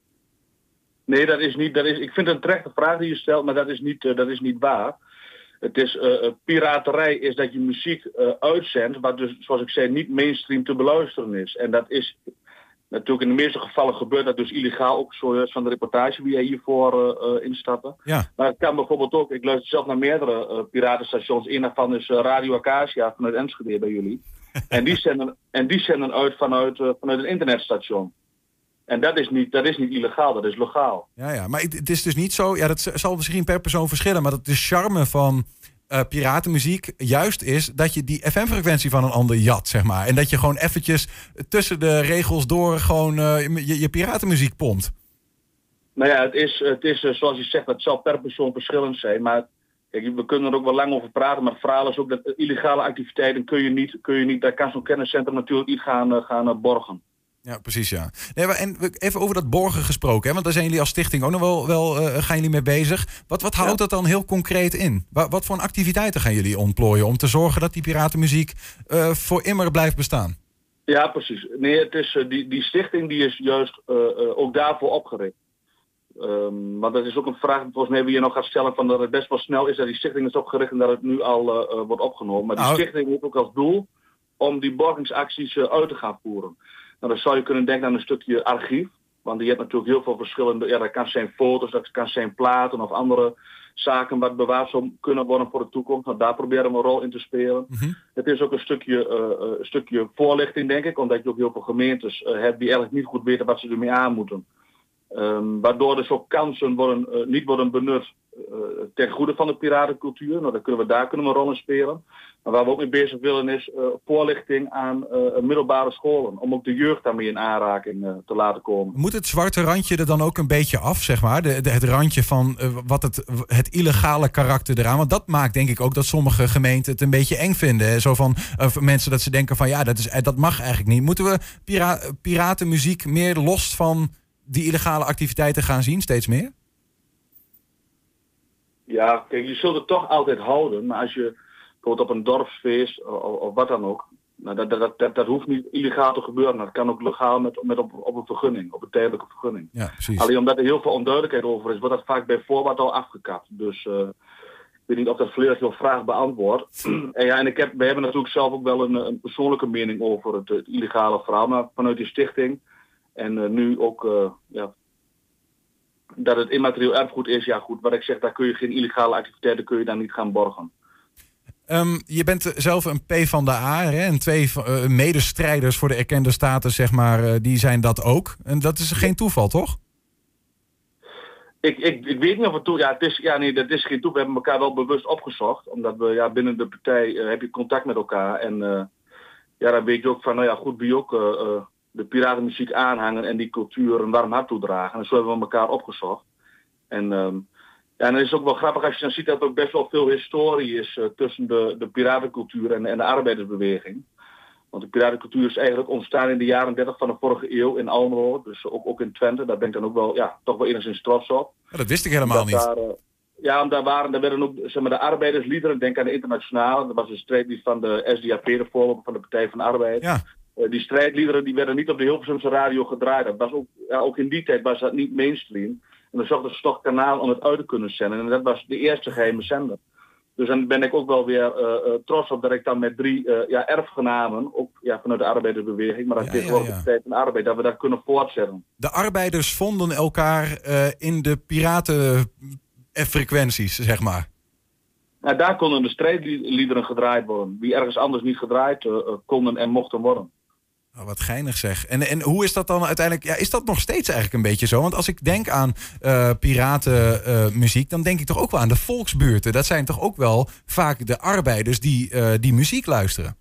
Nee, dat is niet. Dat is, ik vind het een terechte vraag die je stelt, maar dat is niet, uh, dat is niet waar. Het is uh, piraterij is dat je muziek uh, uitzendt, wat dus, zoals ik zei, niet mainstream te beluisteren is. En dat is natuurlijk in de meeste gevallen gebeurt dat dus illegaal, ook zoals van de reportage wie jij hiervoor uh, uh, instappen. Ja. Maar het kan bijvoorbeeld ook, ik luister zelf naar meerdere uh, piratenstations. Een daarvan is uh, Radio Acacia vanuit Enschede bij jullie. en, die zenden, en die zenden uit vanuit, uh, vanuit een internetstation. En dat is, niet, dat is niet illegaal, dat is legaal. Ja, ja, maar het is dus niet zo... Ja, dat zal misschien per persoon verschillen... maar dat de charme van uh, piratenmuziek juist is... dat je die F M-frequentie van een ander jat, zeg maar. En dat je gewoon eventjes tussen de regels door... gewoon uh, je, je piratenmuziek pompt. Nou ja, het is, het is zoals je zegt... het zal per persoon verschillend zijn... maar kijk, we kunnen er ook wel lang over praten... maar het verhaal is ook dat illegale activiteiten... kun je niet, kun je niet daar kan zo'n kenniscentrum natuurlijk niet gaan, uh, gaan uh, borgen. Ja, precies, ja. Nee, maar en even over dat borgen gesproken, hè? Want daar zijn jullie als stichting ook nog wel, wel uh, gaan jullie mee bezig. Wat, wat houdt ja. dat dan heel concreet in? Wat, wat voor activiteiten gaan jullie ontplooien om te zorgen dat die piratenmuziek uh, voor immer blijft bestaan? Ja, precies. Nee, het is, uh, die, die stichting die is juist uh, uh, ook daarvoor opgericht. Um, maar dat is ook een vraag volgens mij wie je nog gaat stellen van dat het best wel snel is dat die stichting is opgericht en dat het nu al uh, uh, wordt opgenomen. Maar die nou, stichting heeft ook als doel om die borgingsacties uh, uit te gaan voeren. Nou, dan zou je kunnen denken aan een stukje archief. Want je hebt natuurlijk heel veel verschillende... Ja, dat kan zijn foto's, dat kan zijn platen of andere zaken... wat bewaard zou kunnen worden voor de toekomst. Nou, daar proberen we een rol in te spelen. Mm-hmm. Het is ook een stukje, uh, uh, een stukje voorlichting, denk ik. Omdat je ook heel veel gemeentes uh, hebt die eigenlijk niet goed weten wat ze ermee aan moeten. Um, waardoor dus ook kansen worden, uh, niet worden benut uh, ten goede van de piratencultuur. Nou, dan kunnen we, daar kunnen we een rol in spelen. Maar waar we ook mee bezig willen is uh, voorlichting aan uh, middelbare scholen. Om ook de jeugd daarmee in aanraking uh, te laten komen. Moet het zwarte randje er dan ook een beetje af, zeg maar? De, de, het randje van uh, wat het, het illegale karakter eraan. Want dat maakt denk ik ook dat sommige gemeenten het een beetje eng vinden. Hè? Zo van uh, mensen dat ze denken van ja, dat, is, dat mag eigenlijk niet. Moeten we pira- piratenmuziek meer los van die illegale activiteiten gaan zien, steeds meer? Ja, kijk, je zult het toch altijd houden. Maar als je bijvoorbeeld op een dorpsfeest of, of wat dan ook. Nou, dat, dat, dat, dat hoeft niet illegaal te gebeuren. Dat kan ook legaal met, met op, op een vergunning, op een tijdelijke vergunning. Ja, precies. Alleen omdat er heel veel onduidelijkheid over is, wordt dat vaak bij voorbaat al afgekapt. Dus uh, ik weet niet of dat volledig jouw vraag beantwoordt. en ja, en ik heb, wij hebben natuurlijk zelf ook wel een, een persoonlijke mening over het, het illegale verhaal. Maar vanuit die stichting en uh, nu ook uh, ja, dat het immaterieel erfgoed is, ja goed, wat ik zeg, daar kun je geen illegale activiteiten kun je daar niet gaan borgen. Um, je bent zelf een P van de A, hè? En twee uh, medestrijders voor de erkende status, zeg maar, uh, die zijn dat ook. En dat is geen toeval, toch? Ik, ik, ik weet niet of het toe... Ja, het is, ja, nee, dat is geen toeval. We hebben elkaar wel bewust opgezocht. Omdat we, ja, binnen de partij uh, heb je contact met elkaar. En uh, ja, dan weet je ook van, nou ja, goed, wie ook uh, uh, de piratenmuziek aanhangen en die cultuur een warm hart toedragen. En zo hebben we elkaar opgezocht. En... Um, Ja, en het is ook wel grappig als je dan ziet dat er ook best wel veel historie is uh, tussen de, de piratencultuur en, en de arbeidersbeweging. Want de piratencultuur is eigenlijk ontstaan in de jaren dertig van de vorige eeuw in Almelo, dus ook, ook in Twente. Daar ben ik dan ook wel, ja, toch wel enigszins trots op. Ja, dat wist ik helemaal dat niet. Daar, uh, ja, daar, waren, daar werden ook zeg maar, de arbeidersliederen, denk aan de internationale. Dat was een strijdlied van de S D A P, de voorloper van de Partij van de Arbeid. Ja. Uh, die strijdliederen die werden niet op de Hilversumse radio gedraaid. Dat was ook, ja, ook in die tijd was dat niet mainstream. En dan zocht ze toch kanaal om het uit te kunnen zenden. En dat was de eerste geheime zender. Dus dan ben ik ook wel weer uh, uh, trots op dat ik dan met drie uh, ja, erfgenamen, ook ja, vanuit de arbeidersbeweging, maar dat ja, is tegenwoordig ja, ja. de tijd van de arbeid, dat we dat kunnen voortzetten. De arbeiders vonden elkaar uh, in de piratenfrequenties, zeg maar. Nou, daar konden de strijdliederen gedraaid worden. Die ergens anders niet gedraaid uh, konden en mochten worden. Oh, wat geinig zeg. En, en hoe is dat dan uiteindelijk? Ja, is dat nog steeds eigenlijk een beetje zo? Want als ik denk aan uh, piratenmuziek, uh, dan denk ik toch ook wel aan de volksbuurten. Dat zijn toch ook wel vaak de arbeiders die, uh, die muziek luisteren?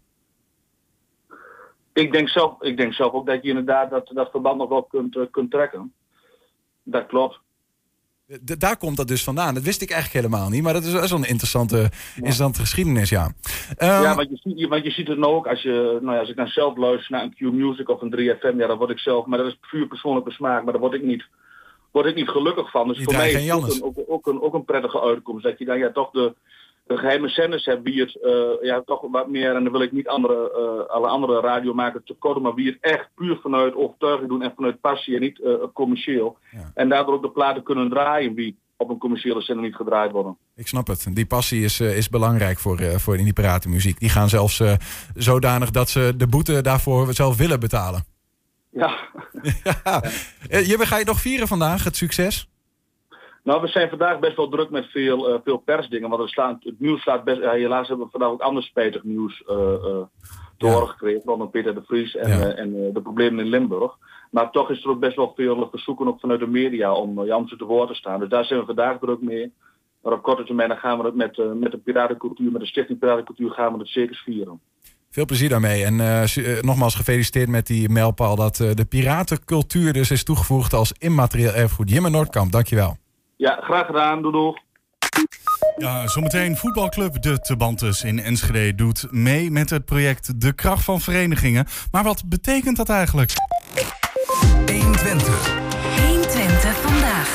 Ik denk zelf, ik denk zelf ook dat je inderdaad dat, dat verband nog wel kunt, uh, kunt trekken. Dat klopt. De, daar komt dat dus vandaan. Dat wist ik eigenlijk helemaal niet. Maar dat is wel een interessante, ja. interessante geschiedenis, ja. Um, ja, want je, ziet, want je ziet het nou ook als je, nou ja, als ik dan zelf luister naar een Q-Music of een drie F M, ja, dan word ik zelf, maar dat is puur persoonlijke smaak, maar daar word ik niet, word ik niet gelukkig van. Dus voor mij is het ook een, ook, ook, een, ook een prettige uitkomst. Dat je dan ja toch de, de geheime zenders hebt wie het uh, ja, toch wat meer, en dan wil ik niet andere, uh, alle andere radiomakers tekorten, maar wie het echt puur vanuit overtuiging doen en vanuit passie en niet uh, commercieel. Ja. En daardoor ook de platen kunnen draaien die op een commerciële zender niet gedraaid worden. Ik snap het. Die passie is, uh, is belangrijk voor, uh, voor in die piratenmuziek. Die gaan zelfs uh, zodanig dat ze de boete daarvoor zelf willen betalen. Ja. ja. Je, ga je nog vieren vandaag, het succes? Nou, we zijn vandaag best wel druk met veel, uh, veel persdingen. Want er slaan, het nieuws slaat best... Uh, helaas hebben we vandaag ook anders spijtig nieuws uh, uh, te horen gekregen. Rondom Peter de Vries en, ja. uh, en uh, de problemen in Limburg. Maar toch is er ook best wel veel verzoeken ook vanuit de media om, uh, ja, om ze te woord te staan. Dus daar zijn we vandaag druk mee. Maar op korte termijn dan gaan we het met, uh, met de piratencultuur, met de Stichting Piratencultuur gaan we het zeker vieren. Veel plezier daarmee. En uh, uh, nogmaals gefeliciteerd met die mijlpaal dat uh, de piratencultuur dus is toegevoegd als immaterieel erfgoed. Jimmer Noordkamp, dankjewel. Ja, graag gedaan. Doei doei. Ja, zometeen voetbalclub De Tebantes in Enschede doet mee met het project De Kracht van Verenigingen. Maar wat betekent dat eigenlijk? honderdtwintig. honderdtwintig vandaag.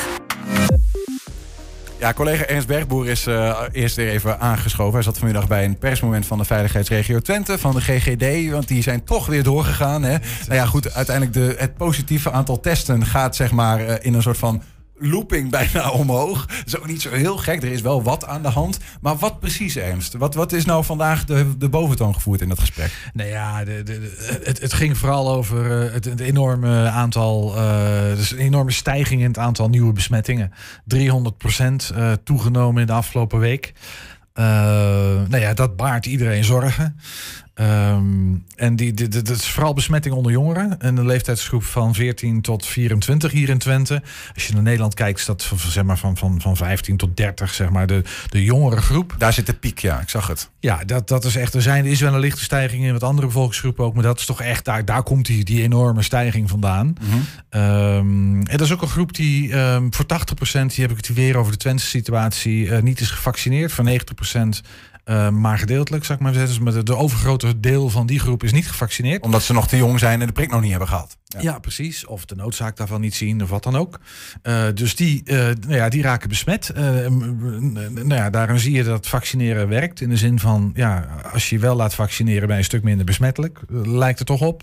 Ja, collega Ernst Bergboer is uh, eerst weer even aangeschoven. Hij zat vanmiddag bij een persmoment van de Veiligheidsregio Twente, van de G G D. Want die zijn toch weer doorgegaan. Hè? Nou ja, goed, uiteindelijk de, het positieve aantal testen gaat zeg maar uh, in een soort van looping bijna omhoog. Dat is ook niet zo heel gek. Er is wel wat aan de hand. Maar wat precies, Ernst? Wat, wat is nou vandaag de, de boventoon gevoerd in dat gesprek? Nou ja, de, de, de, het, het ging vooral over uh, het, het enorme aantal... Uh, dus een enorme stijging in het aantal nieuwe besmettingen. driehonderd procent uh, toegenomen in de afgelopen week. Uh, nou ja, dat baart iedereen zorgen. Um, en die, die, dat is vooral besmetting onder jongeren. En de leeftijdsgroep van veertien tot vierentwintig hier in Twente. Als je naar Nederland kijkt, is dat van, zeg maar, van, van, van vijftien tot dertig, zeg maar, de, de jongere groep. Daar zit de piek, ja, ik zag het. Ja, dat, dat is echt. Er zijn, er is wel een lichte stijging in wat andere bevolkingsgroepen ook. Maar dat is toch echt, daar, daar komt die, die enorme stijging vandaan. Mm-hmm. Um, en dat is ook een groep die um, voor tachtig procent, die heb ik het weer over de Twentse situatie, uh, niet is gevaccineerd. Voor negentig procent. Uh, maar gedeeltelijk, zou ik maar zeggen. Dus de, de overgrote deel van die groep is niet gevaccineerd. Omdat ze nog te jong zijn en de prik nog niet hebben gehad. Ja, ja precies. Of de noodzaak daarvan niet zien, of wat dan ook. Uh, dus die, uh, nou ja, die raken besmet. Uh, nou ja, daarom zie je dat vaccineren werkt. In de zin van, ja, als je je wel laat vaccineren, ben je een stuk minder besmettelijk. Uh, lijkt het toch op.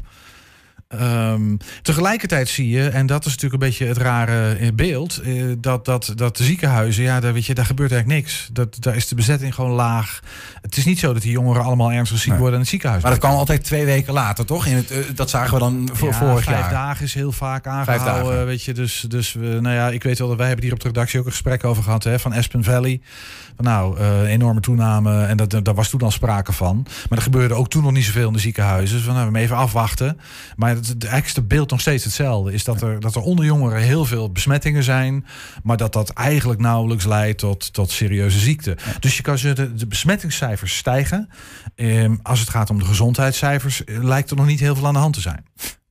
Um, tegelijkertijd zie je, en dat is natuurlijk een beetje het rare beeld, uh, dat, dat, dat de ziekenhuizen, ja, daar, weet je, daar gebeurt eigenlijk niks. Dat, daar is de bezetting gewoon laag. Het is niet zo dat die jongeren allemaal ernstig ziek nee. worden in het ziekenhuis. Maar dat kan altijd twee weken later, toch? In het, uh, dat zagen we dan voor ja, vorig vijf jaar. Vijf dagen is heel vaak aangehouden, weet je. Dus, dus we, nou ja, ik weet wel dat wij hebben hier op de redactie ook een gesprek over gehad, hè, van Aspen Valley. Nou, uh, enorme toename en dat, daar was toen al sprake van. Maar er gebeurde ook toen nog niet zoveel in de ziekenhuizen. Dus we nou, we even afwachten. Maar het, het eigenlijk is het beeld nog steeds hetzelfde. Is dat er, dat er onder jongeren heel veel besmettingen zijn. Maar dat dat eigenlijk nauwelijks leidt tot, tot serieuze ziekte. Ja. Dus je kan zeggen, de, de besmettingscijfers stijgen. Um, als het gaat om de gezondheidscijfers, lijkt er nog niet heel veel aan de hand te zijn.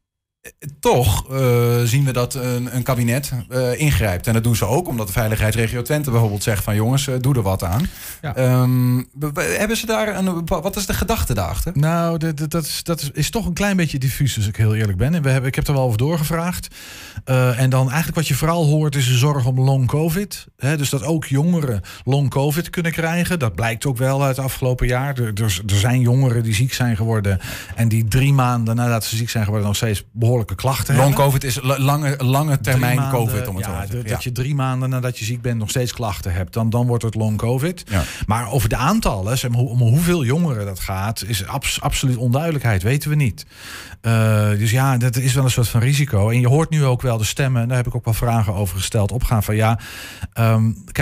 Toch uh, zien we dat een, een kabinet uh, ingrijpt. En dat doen ze ook omdat de Veiligheidsregio Twente bijvoorbeeld zegt van jongens, uh, doe er wat aan. Ja. Um, hebben ze daar een, wat is de gedachte daarachter? Nou, de, de, dat, is, dat is, is toch een klein beetje diffuus als ik heel eerlijk ben. En we hebben, ik heb er wel over doorgevraagd. Uh, en dan eigenlijk wat je vooral hoort is de zorg om long covid. He, dus dat ook jongeren long covid kunnen krijgen. Dat blijkt ook wel uit het afgelopen jaar. Er, er, er zijn jongeren die ziek zijn geworden en die drie maanden nadat ze ziek zijn geworden nog steeds behoorlijke klachten long hebben. COVID is lange, lange termijn maanden, COVID, om het ja, zo te zeggen. Dat ja. je drie maanden nadat je ziek bent nog steeds klachten hebt. Dan, dan wordt het long COVID. Ja. Maar over de aantallen, zeg maar, om hoeveel jongeren dat gaat, is abs, absoluut onduidelijkheid. Weten we niet. Uh, dus ja, dat is wel een soort van risico. En je hoort nu ook wel de stemmen, daar heb ik ook wel vragen over gesteld, opgaan van ja, um, kijk,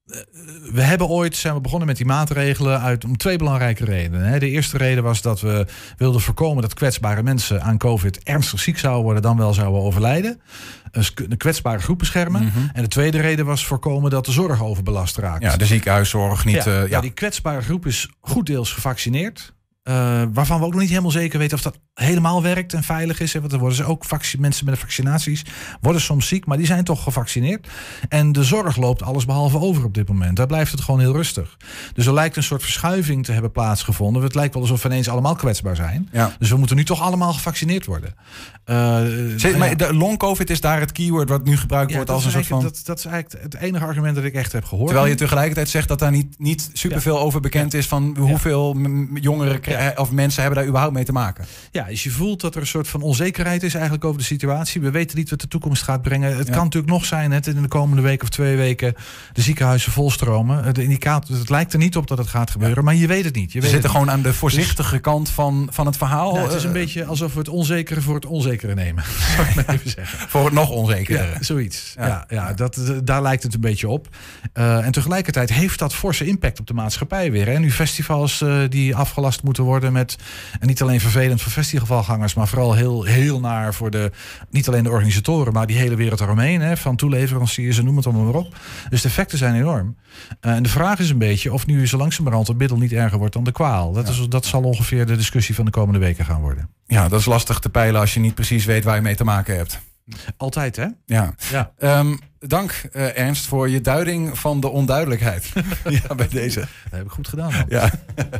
we hebben ooit, zijn we begonnen met die maatregelen uit om twee belangrijke redenen. Hè. De eerste reden was dat we wilden voorkomen dat kwetsbare mensen aan COVID ernstig ziek zouden worden, dan wel zouden overlijden. Een kwetsbare groep beschermen. Mm-hmm. En de tweede reden was voorkomen dat de zorg overbelast raakt. Ja, de ziekenhuiszorg niet... Ja, uh, ja. Die kwetsbare groep is goed deels gevaccineerd. Uh, waarvan we ook nog niet helemaal zeker weten of dat helemaal werkt en veilig is. Want er worden ze ook vac- mensen met de vaccinaties worden soms ziek, maar die zijn toch gevaccineerd. En de zorg loopt alles behalve over op dit moment. Daar blijft het gewoon heel rustig. Dus er lijkt een soort verschuiving te hebben plaatsgevonden. Het lijkt wel alsof we ineens allemaal kwetsbaar zijn. Ja. Dus we moeten nu toch allemaal gevaccineerd worden. Uh, Zit, maar de long-covid is daar het keyword wat nu gebruikt ja, wordt als een soort van... Dat, dat is eigenlijk het enige argument dat ik echt heb gehoord. Terwijl je tegelijkertijd zegt dat daar niet, niet superveel ja. over bekend ja. is van hoeveel ja. jongeren krijgen. Of mensen hebben daar überhaupt mee te maken. Ja, dus je voelt dat er een soort van onzekerheid is eigenlijk over de situatie. We weten niet wat de toekomst gaat brengen. Het ja. kan natuurlijk nog zijn dat in de komende week of twee weken de ziekenhuizen volstromen. De indicator, het lijkt er niet op dat het gaat gebeuren, ja. maar je weet het niet. Je we zitten gewoon aan de voorzichtige dus, kant van, van het verhaal. Nou, het is een beetje alsof we het onzekere voor het onzekere nemen. Zou ik maar even zeggen. Voor het nog onzekere. Ja, zoiets. Ja, ja, ja dat, daar lijkt het een beetje op. Uh, en tegelijkertijd heeft dat forse impact op de maatschappij weer. Hè. Nu festivals uh, die afgelast moeten worden met... En niet alleen vervelend voor festivalgangers, maar vooral heel, heel naar voor de... Niet alleen de organisatoren, maar die hele wereld eromheen. Hè, van toeleveranciers en noem het allemaal maar op. Dus de effecten zijn enorm. Uh, en de vraag is een beetje of nu zo langzamerhand het middel niet erger wordt dan de kwaal. Dat, is, dat zal ongeveer de discussie van de komende weken gaan worden. Ja, dat is lastig te peilen als je niet precies weet waar je mee te maken hebt. Altijd, hè? Ja. ja. Um, dank, uh, Ernst, voor je duiding van de onduidelijkheid. ja, bij deze. Dat heb ik goed gedaan, man. Ja.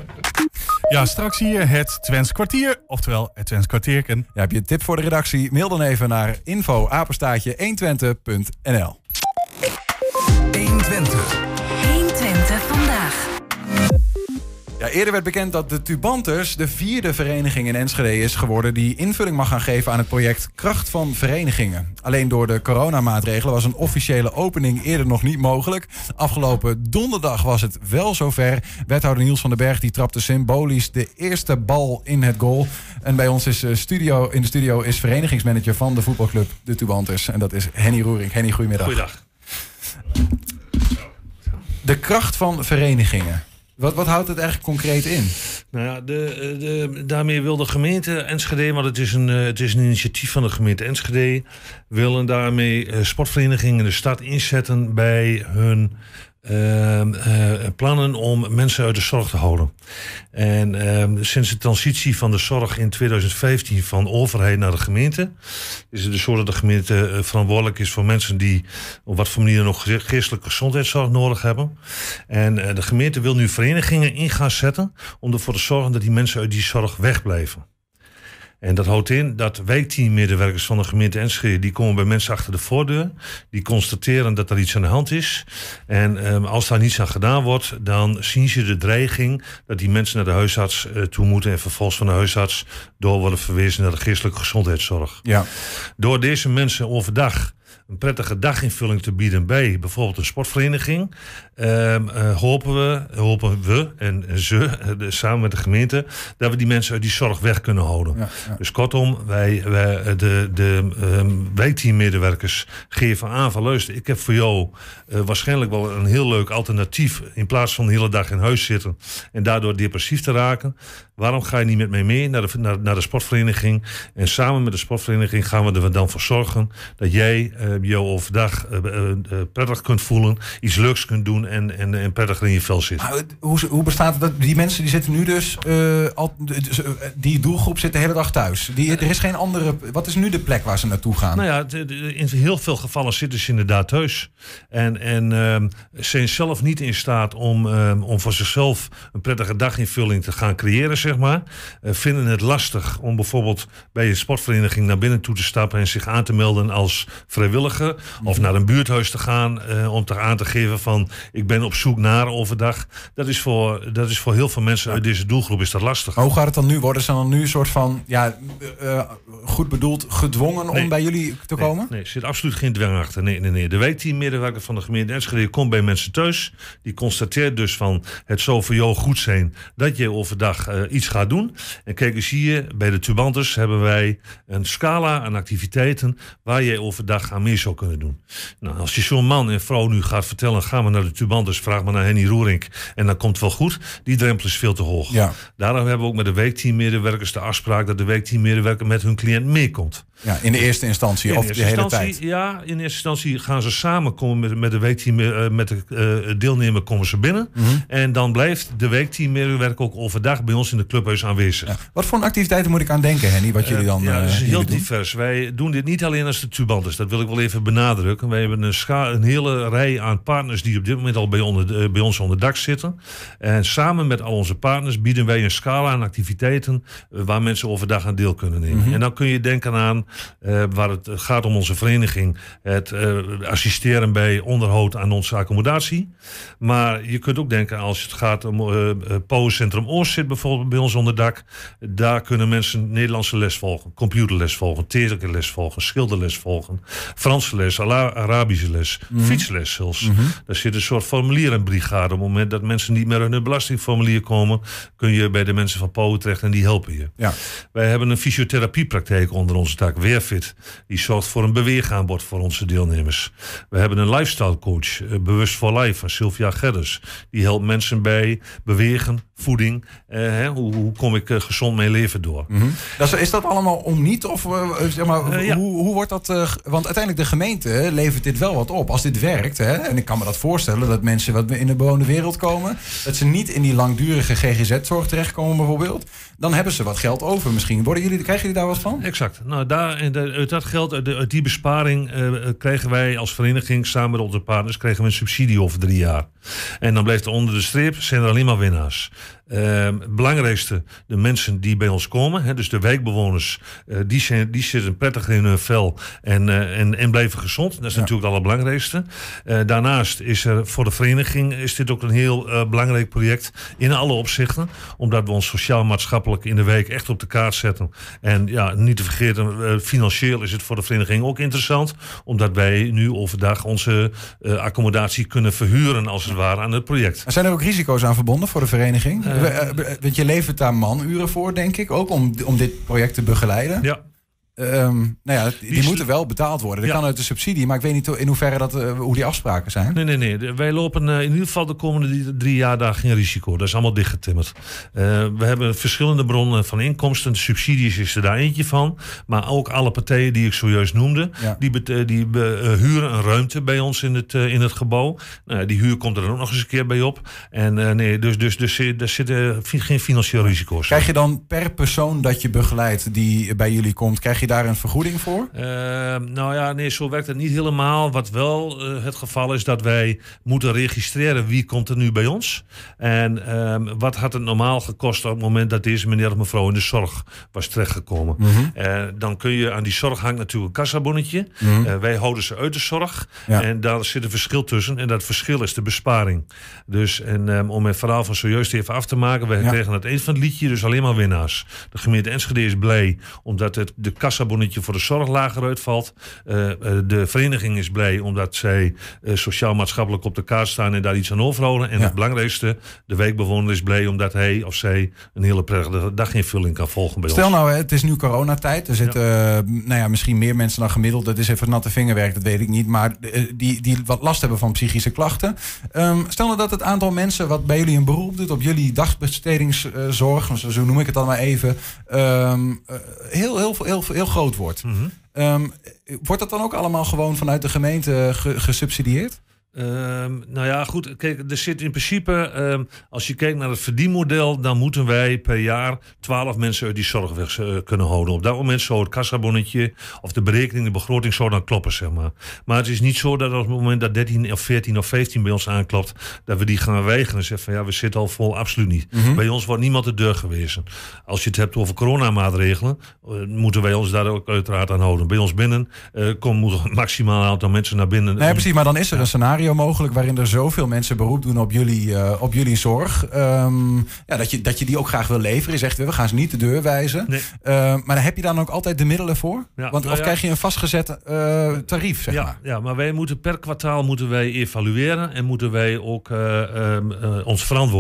Ja, straks hier het Twents kwartier, oftewel het Twents kwartierken. Ja, heb je een tip voor de redactie? Mail dan even naar info apenstaartje honderdtwintig punt n l. honderdtwintig. honderdtwintig vandaag. Ja, eerder werd bekend dat de Tubanters de vierde vereniging in Enschede is geworden die invulling mag gaan geven aan het project Kracht van Verenigingen. Alleen door de coronamaatregelen was een officiële opening eerder nog niet mogelijk. Afgelopen donderdag was het wel zover. Wethouder Niels van den Berg die trapte symbolisch de eerste bal in het goal. En bij ons is studio, in de studio is verenigingsmanager van de voetbalclub de Tubanters. En dat is Henny Roering. Henny, goedemiddag. Goeiedag. De kracht van verenigingen. Wat, wat houdt het eigenlijk concreet in? Nou ja, de, de, daarmee wil de gemeente Enschede, want het is, een, het is een initiatief van de gemeente Enschede, willen daarmee sportverenigingen de stad inzetten bij hun uh, uh, plannen om mensen uit de zorg te houden. En uh, sinds de transitie van de zorg in twintig vijftien van overheid naar de gemeente, is het dus zo dat de gemeente verantwoordelijk is voor mensen die op wat voor manier nog geestelijke gezondheidszorg nodig hebben. En uh, de gemeente wil nu verenigingen in gaan zetten om ervoor te zorgen dat die mensen uit die zorg wegblijven. En dat houdt in dat wijkteammedewerkers van de gemeente Enschede, die komen bij mensen achter de voordeur. Die constateren dat er iets aan de hand is. En um, als daar niets aan gedaan wordt, dan zien ze de dreiging dat die mensen naar de huisarts uh, toe moeten. En vervolgens van de huisarts door worden verwezen naar de geestelijke gezondheidszorg. Ja. Door deze mensen overdag een prettige daginvulling te bieden bij bijvoorbeeld een sportvereniging, uh, uh, hopen we, hopen we en ze, uh, samen met de gemeente, dat we die mensen uit die zorg weg kunnen houden. Ja, ja. Dus kortom, wij, wij de, de um, wijkteammedewerkers geven aan van luister, ik heb voor jou uh, waarschijnlijk wel een heel leuk alternatief in plaats van de hele dag in huis zitten en daardoor depressief te raken. Waarom ga je niet met mij mee naar de, naar, naar de sportvereniging? En samen met de sportvereniging gaan we er dan voor zorgen dat jij uh, jou overdag uh, uh, uh, prettig kunt voelen, iets leuks kunt doen en, en, en prettiger in je vel zit. Nou, hoe, hoe bestaat het? Dat, die mensen die zitten nu dus, uh, al, dus uh, die doelgroep zit de hele dag thuis. Die, er is geen andere. Wat is nu de plek waar ze naartoe gaan? Nou ja, de, de, in heel veel gevallen zitten ze inderdaad thuis. En, en uh, zijn zelf niet in staat om, uh, om voor zichzelf een prettige daginvulling te gaan creëren, zeg maar. Uh, vinden het lastig om bijvoorbeeld bij een sportvereniging naar binnen toe te stappen en zich aan te melden als vrijwilliger. Of naar een buurthuis te gaan uh, om te aan te geven van ik ben op zoek naar overdag. Dat is voor, dat is voor heel veel mensen uit deze doelgroep is dat lastig. Maar hoe gaat het dan nu? Worden ze dan nu een soort van, ja, uh, goed bedoeld, gedwongen nee. om bij jullie te nee, komen? Nee, er zit absoluut geen dwang achter. Nee, nee, nee. De wijkteammedewerker van de gemeente Enschede komt bij mensen thuis. Die constateert dus van het zou voor jou goed zijn dat je overdag uh, iets gaat doen. En kijk eens hier, bij de Tubanters hebben wij een scala aan activiteiten waar jij overdag aan aan mee zou kunnen doen. Nou, als je zo'n man en vrouw nu gaat vertellen, gaan we naar de Tubantes, vraag maar naar Henny Roerink en dan komt het wel goed. Die drempel is veel te hoog. Ja. Daarom hebben we ook met de weekteammedewerkers de afspraak dat de weekteammedewerker met hun cliënt meekomt. Ja, in de eerste instantie in of eerste de hele instantie, tijd? Ja, in eerste instantie gaan ze samenkomen met, met de weekteam, uh, met de uh, deelnemer komen ze binnen. Mm-hmm. En dan blijft de weekteammedewerker ook overdag bij ons in de clubhuis aanwezig. Ja. Wat voor activiteiten moet ik aan denken, Henny? Wat jullie dan? Uh, ja, dat is uh, heel doen? divers. Wij doen dit niet alleen als de Tubantes. Dat wil ik wel even benadrukken. Wij hebben een, scha- een hele rij aan partners die op dit moment al bij, onder, uh, bij ons onder dak zitten. En samen met al onze partners bieden wij een scala aan activiteiten uh, waar mensen overdag aan deel kunnen nemen. Mm-hmm. En dan kun je denken aan uh, waar het gaat om onze vereniging, het uh, assisteren bij onderhoud aan onze accommodatie. Maar je kunt ook denken als het gaat om uh, Powercentrum Oost zit bijvoorbeeld bij ons onder dak. Daar kunnen mensen Nederlandse les volgen, computerles volgen, tekenles volgen, schilderles volgen, Franse les, Ala- Arabische les, mm-hmm. fietsles zelfs. Mm-hmm. Daar zit een soort formulierenbrigade. Op het moment dat mensen niet meer aan hun belastingformulier komen, kun je bij de mensen van Power terecht en die helpen je. Ja. Wij hebben een fysiotherapiepraktijk onder onze dak, Weerfit. Die zorgt voor een beweegaanbod voor onze deelnemers. We hebben een lifestyle coach, uh, Bewust for Life, van Sylvia Gedders. Die helpt mensen bij bewegen, voeding. Uh, hè, hoe, hoe kom ik uh, gezond mijn leven door? Mm-hmm. Dat is, is dat allemaal om niet? Of uh, zeg maar, uh, ja. hoe, hoe wordt dat? Uh, want uiteindelijk de gemeente levert dit wel wat op. Als dit werkt, hè, en ik kan me dat voorstellen dat mensen wat in de bewoonde wereld komen, dat ze niet in die langdurige G G Z-zorg terechtkomen bijvoorbeeld, dan hebben ze wat geld over misschien. Worden jullie, krijgen jullie daar wat van? Exact. Nou, daar, uit dat geld, uit die besparing uh, kregen wij als vereniging samen met onze partners kregen we een subsidie over drie jaar. En dan blijft er onder de streep zijn er alleen maar winnaars. Uh, het belangrijkste, de mensen die bij ons komen, hè, dus de wijkbewoners, uh, die, zijn, die zitten prettig in hun vel en, uh, en, en blijven gezond. Dat is ja. natuurlijk het allerbelangrijkste. Uh, daarnaast is er voor de vereniging is dit ook een heel uh, belangrijk project in alle opzichten, omdat we ons sociaal-maatschappelijk in de wijk echt op de kaart zetten. En ja, niet te vergeten, uh, financieel is het voor de vereniging ook interessant, omdat wij nu overdag onze uh, accommodatie kunnen verhuren als het ware aan het project. Er zijn er ook risico's aan verbonden voor de vereniging? Uh, Want je levert daar manuren voor, denk ik, ook om, om dit project te begeleiden. Ja. Um, nou ja, die, die moeten wel betaald worden. Dat ja. kan uit de subsidie, maar ik weet niet in hoeverre dat, uh, hoe die afspraken zijn. Nee, nee, nee. De, wij lopen uh, in ieder geval de komende drie jaar daar geen risico. Dat is allemaal dichtgetimmerd. Uh, we hebben verschillende bronnen van inkomsten. De subsidies is er daar eentje van. Maar ook alle partijen die ik zojuist noemde, ja. die, be, die be, uh, huren een ruimte bij ons in het, uh, in het gebouw. Uh, die huur komt er dan ook nog eens een keer bij op. En uh, nee, dus, dus, dus er zitten geen financieel risico's. Krijg je dan per persoon dat je begeleidt die bij jullie komt, krijg je daar een vergoeding voor? Uh, nou ja, nee, zo werkt het niet helemaal. Wat wel uh, het geval is dat wij moeten registreren wie komt er nu bij ons. En uh, wat had het normaal gekost op het moment dat deze meneer of mevrouw in de zorg was terechtgekomen. Mm-hmm. Uh, dan kun je aan die zorg hangt natuurlijk een kassabonnetje. Mm-hmm. Uh, wij houden ze uit de zorg. Ja. En daar zit een verschil tussen. En dat verschil is de besparing. Dus en, um, om het verhaal van zojuist even af te maken. We ja. kregen het eind van het liedje dus alleen maar winnaars. De gemeente Enschede is blij omdat het de kassabonnetje voor de zorg lager uitvalt. Uh, de vereniging is blij omdat zij uh, sociaal-maatschappelijk op de kaart staan en daar iets aan overhouden. En ja. het belangrijkste, de wijkbewoner is blij omdat hij of zij een hele prettige daginvulling kan volgen bij Stel ons. Stel nou, het is nu coronatijd. Er zitten ja. uh, nou ja, misschien meer mensen dan gemiddeld. Dat is even natte vingerwerk, dat weet ik niet. Maar uh, die, die wat last hebben van psychische klachten. Um, stel nou dat het aantal mensen wat bij jullie een beroep doet op jullie dagbestedingszorg, zo, zo noem ik het dan maar even, um, uh, heel, heel, heel, heel groot wordt. Mm-hmm. Um, wordt dat dan ook allemaal gewoon vanuit de gemeente ge- gesubsidieerd? Um, nou ja, goed. Kijk, er zit in principe, um, als je kijkt naar het verdienmodel, dan moeten wij per jaar twaalf mensen uit die zorg weg uh, kunnen houden. Op dat moment zou het kassabonnetje of de berekening, de begroting zou dan kloppen, zeg maar. Maar het is niet zo dat op het moment dat dertien of veertien of vijftien bij ons aanklopt, dat we die gaan weigeren en zeggen van ja, we zitten al vol, absoluut niet. Mm-hmm. Bij ons wordt niemand de deur gewezen. Als je het hebt over coronamaatregelen, uh, moeten wij ons daar ook uiteraard aan houden. Bij ons binnen uh, komt een maximaal aantal mensen naar binnen. Nee, precies, maar dan is er ja. een scenario mogelijk waarin er zoveel mensen beroep doen op jullie, uh, op jullie zorg. Um, ja, dat, je, dat je die ook graag wil leveren. Je zegt, we gaan ze niet de deur wijzen. Nee. Uh, maar daar heb je dan ook altijd de middelen voor? Ja, Want, nou of ja. krijg je een vastgezet uh, tarief, zeg ja, maar? Ja, maar wij moeten per kwartaal moeten wij evalueren en moeten wij ook uh, uh, uh, ons verantwoorden.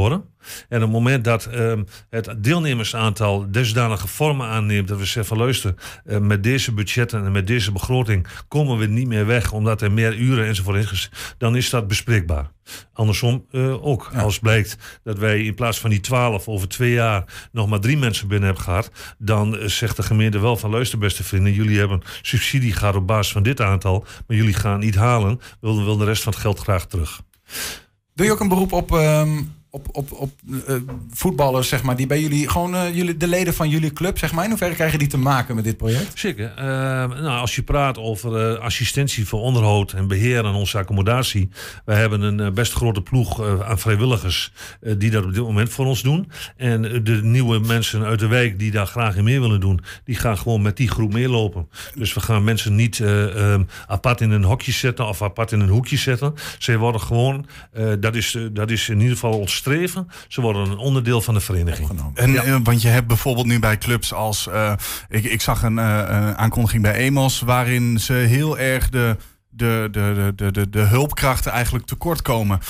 En op het moment dat um, het deelnemersaantal dusdanige vormen aanneemt... dat we zeggen van luister, uh, met deze budgetten en met deze begroting... komen we niet meer weg omdat er meer uren enzovoort is... dan is dat bespreekbaar. Andersom uh, ook. Ja. Als blijkt dat wij in plaats van die twaalf over twee jaar... nog maar drie mensen binnen hebben gehad... dan uh, zegt de gemeente wel van luister beste vrienden... jullie hebben subsidie gehad op basis van dit aantal... maar jullie gaan niet halen. We willen wil de rest van het geld graag terug. Doe je ook een beroep op... Um... op, op, op uh, voetballers, zeg maar, die bij jullie, gewoon uh, jullie, de leden van jullie club, zeg maar. In hoeverre krijgen die te maken met dit project? Zeker. Uh, nou, als je praat over uh, assistentie voor onderhoud en beheer aan onze accommodatie. Wij hebben een uh, best grote ploeg uh, aan vrijwilligers uh, die dat op dit moment voor ons doen. En uh, de nieuwe mensen uit de wijk die daar graag in mee willen doen, die gaan gewoon met die groep meelopen. Dus we gaan mensen niet uh, um, apart in een hokje zetten of apart in een hoekje zetten. Ze worden gewoon, uh, dat, is, uh, dat is in ieder geval ons streven. Ze worden een onderdeel van de vereniging. En, ja. Want je hebt bijvoorbeeld nu bij clubs als... Uh, ik, ik zag een uh, aankondiging bij Emos... waarin ze heel erg de... De, de, de, de, de hulpkrachten eigenlijk tekort komen.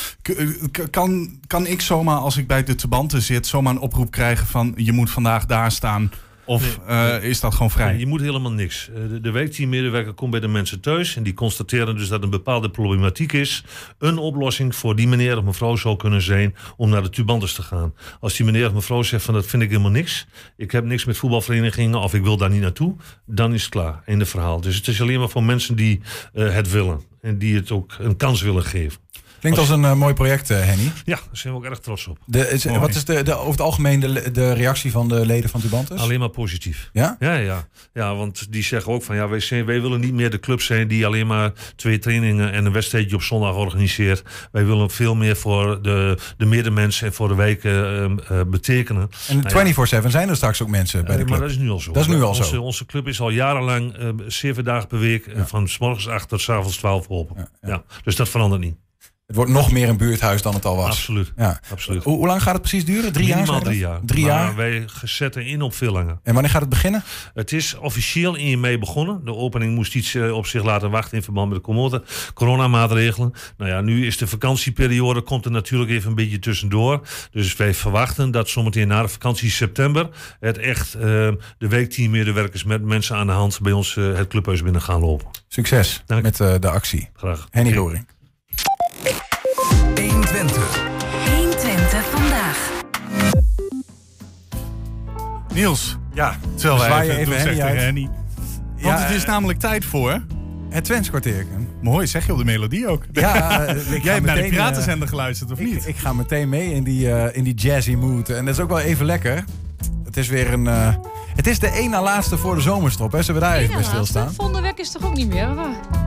Kan, kan ik zomaar, als ik bij de Tebante zit... zomaar een oproep krijgen van... je moet vandaag daar staan... Of nee, uh, is dat gewoon vrij? Nee, je moet helemaal niks. De, de wijkteammedewerker komt bij de mensen thuis... en die constateren dus dat een bepaalde problematiek is. Een oplossing voor die meneer of mevrouw zou kunnen zijn... om naar de Tubantes te gaan. Als die meneer of mevrouw zegt van dat vind ik helemaal niks... ik heb niks met voetbalverenigingen of ik wil daar niet naartoe... dan is het klaar in het verhaal. Dus het is alleen maar voor mensen die uh, het willen... en die het ook een kans willen geven. Klinkt als een uh, mooi project, uh, Henny. Ja, daar zijn we ook erg trots op. De, is, wat is de, de, over het algemeen de, de reactie van de leden van Tubantes? Alleen maar positief. Ja? Ja, ja. Ja, want die zeggen ook van... ja, wij, zijn, wij willen niet meer de club zijn... die alleen maar twee trainingen en een wedstrijdje op zondag organiseert. Wij willen veel meer voor de, de middenmensen en voor de wijken uh, uh, betekenen. En vierentwintig zeven zijn er straks ook mensen bij de club? Maar dat is nu al zo. Dat is nu al onze, zo. Onze club is al jarenlang uh, zeven dagen per week... Ja. van 's morgens acht tot 's avonds twaalf open. Ja, ja. Ja, dus dat verandert niet. Het wordt nog meer een buurthuis dan het al was. Absoluut. Ja. Absoluut. Hoe, hoe lang gaat het precies duren? Drie Minimaal jaar? drie jaar. Drie maar jaar? wij zetten in op veel langer. En wanneer gaat het beginnen? Het is officieel in mei begonnen. De opening moest iets op zich laten wachten in verband met de coronamaatregelen. Nou ja, nu is de vakantieperiode, komt er natuurlijk even een beetje tussendoor. Dus wij verwachten dat zometeen na de vakantie september... het echt uh, de wijkteammedewerkers met mensen aan de hand... bij ons uh, het clubhuis binnen gaan lopen. Succes Dank. met uh, de actie. Graag. Henny okay. Roering. honderdtwintig. honderdtwintig vandaag. Niels. Ja, terwijl wij even, even Henny uit. Henny. Want ja, het is namelijk tijd voor... Het Twents kwartiertje. Mooi, zeg je op de melodie ook. Ja, ik Jij hebt naar de Piratenzender geluisterd, of ik, niet? Ik ga meteen mee in die, uh, in die jazzy mood. En dat is ook wel even lekker. Het is weer een... Uh, het is de één na laatste voor de zomerstop. Hè? Zullen we daar even bij stilstaan? Volgende week is toch ook niet meer? Of?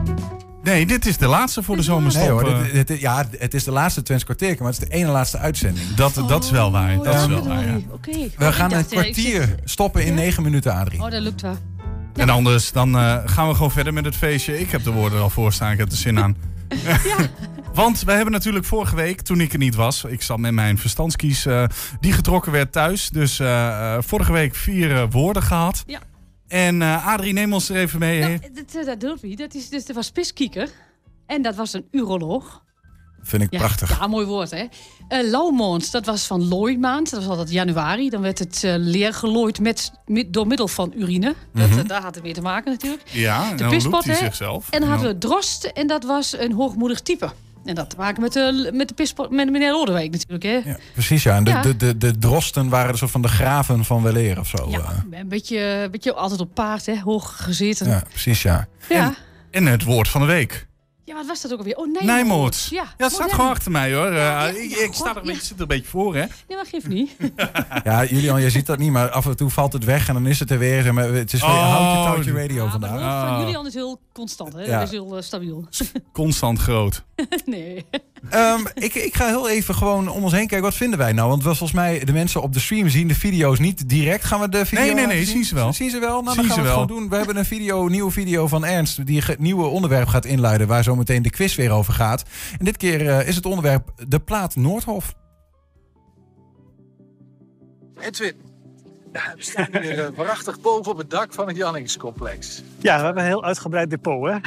Nee, dit is de laatste voor de zomerstop. Nee hoor, dit, dit, ja, het is de laatste Twents kwartiertje, maar het is de ene laatste uitzending. Dat, oh, dat is wel waar. Dat is wel waar, ja. Okay. We gaan een kwartier stoppen in negen minuten, Adrie. Oh, dat lukt wel. Ja. En anders dan uh, gaan we gewoon verder met het feestje. Ik heb de woorden er al voor staan, ik heb er zin aan. Ja. Want we hebben natuurlijk vorige week, toen ik er niet was... ik zat met mijn verstandskies, uh, die getrokken werd thuis. Dus uh, uh, vorige week vier uh, woorden gehad. Ja. En uh, Adrie, neem ons er even mee. Nou, dat, dat doet niet. Dat, is, dus, dat was piskieker. En dat was een uroloog. Vind ik ja, prachtig. Ja, mooi woord, hè. Uh, Lauwmaand, dat was van looimaand. Dat was altijd januari. Dan werd het uh, leer gelooid met, met, door middel van urine. Dat, mm-hmm. uh, daar had het mee te maken natuurlijk. Ja, en dan loopt hij zichzelf. En dan hadden we drost. En dat was een hoogmoedig type. En dat te maken met de, met de pispot, met meneer Lodewijk natuurlijk, hè. Ja, precies, ja. En de, ja. de, de, de drosten waren een soort van de graven van weleer of zo. Ja, uh. een beetje, een beetje altijd op paard, hè. Hoog gezeten. Ja, precies, ja. ja. En, en het woord van de week. Ja, wat was dat ook alweer? Oh, nee. Nijmoord. Ja, ja, het staat gewoon achter mij, hoor. Ja, uh, ik ik sta er een beetje, ja. zit er een beetje voor, hè? Nee, maar geef niet. Ja, Julian, je ziet dat niet, maar af en toe valt het weg en dan is het er weer. Maar het is weer oh, houtje touwtje radio ja, vandaag. Maar van Julian is heel constant, hè? Ja. Dat is heel uh, stabiel. Constant groot. Nee. Um, ik, ik ga heel even gewoon om ons heen kijken. Wat vinden wij nou? Want volgens mij de mensen op de stream zien de video's niet direct. Gaan we de video Nee, nee, nee. Zien ze wel. Zien ze wel? Nou, zien dan gaan we het wel. gewoon doen. We hebben een video, nieuwe video van Ernst. Die het nieuwe onderwerp gaat inluiden. Waar zo meteen de quiz weer over gaat. En dit keer uh, is het onderwerp de plaat Noordhof. Edwin, Ja, we staan hier uh, waarachtig boven op het dak van het Janningscomplex. Ja, we hebben een heel uitgebreid depot, hè?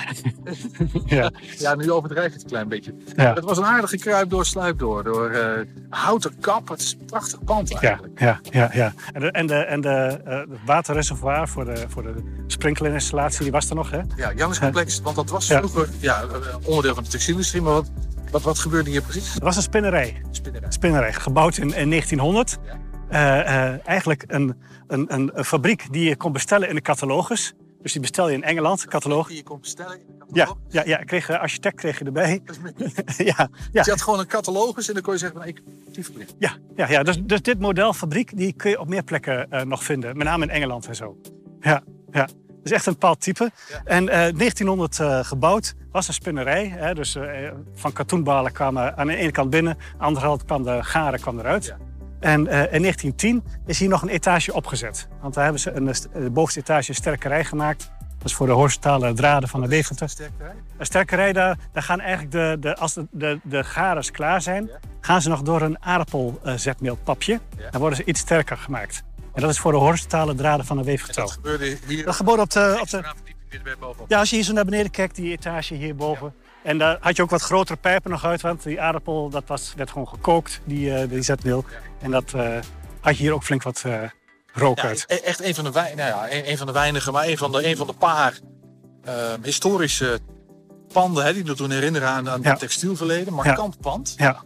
ja. ja, nu overdrijf je het een klein beetje. Ja. Het was een aardige kruip door sluip door. Door uh, houten kap. Het is een prachtig pand eigenlijk. Ja, ja, ja. ja. En de, en de, en de uh, het waterreservoir voor de, voor de sprinklerinstallatie, die was er nog, hè? Ja, Janningscomplex, want dat was vroeger ja. Ja, onderdeel van de textielindustrie. Maar wat, wat, wat gebeurde hier precies? Het was een spinnerij. Spinnerij. Spinnerij, gebouwd in, in negentienhonderd. Ja. Uh, uh, eigenlijk een, een, een, een fabriek die je kon bestellen in de catalogus. Dus die bestel je in Engeland, een catalogus. Die je kon bestellen in de catalogus? Ja, ja, ja kreeg, uh, architect kreeg je erbij. ja, ja. Dus je had gewoon een catalogus en dan kon je zeggen, nou, ik die fabriek. Ja, ja, ja. Dus, dus dit model fabriek die kun je op meer plekken uh, nog vinden. Met name in Engeland en zo. Ja, ja. Dat is echt een bepaald type. Ja. En uh, negentienhonderd uh, gebouwd, was een spinnerij. Hè, dus uh, van katoenbalen kwamen aan de ene kant binnen, aan de andere kant kwam de garen kwam eruit. Ja. En uh, in negentien tien is hier nog een etage opgezet. Want daar hebben ze een, de bovenste etage een sterkerij gemaakt. Dat is voor de horizontale draden van de Deventer. Een sterkerij, daar, daar gaan eigenlijk de, de, als de, de, de garens klaar zijn, ja. gaan ze nog door een aardappelzetmeelpapje. Ja. Dan worden ze iets sterker gemaakt. En dat is voor de horizontale draden van de weefgetouw. Dat gebeurde hier? Dat gebeurde op de... Op de ja, als je hier zo naar beneden kijkt, die etage hierboven. Ja. En daar had je ook wat grotere pijpen nog uit, want die aardappel dat was, werd gewoon gekookt, die, uh, die zetmeel. Ja. En dat uh, had je hier ook flink wat uh, rook ja, uit. Echt een van de, wei nou ja, een, een van de weinige, maar een van de, een van de paar uh, historische panden hè, die dat doen herinneren aan, aan ja. het textielverleden. Markant ja. pand. Ja.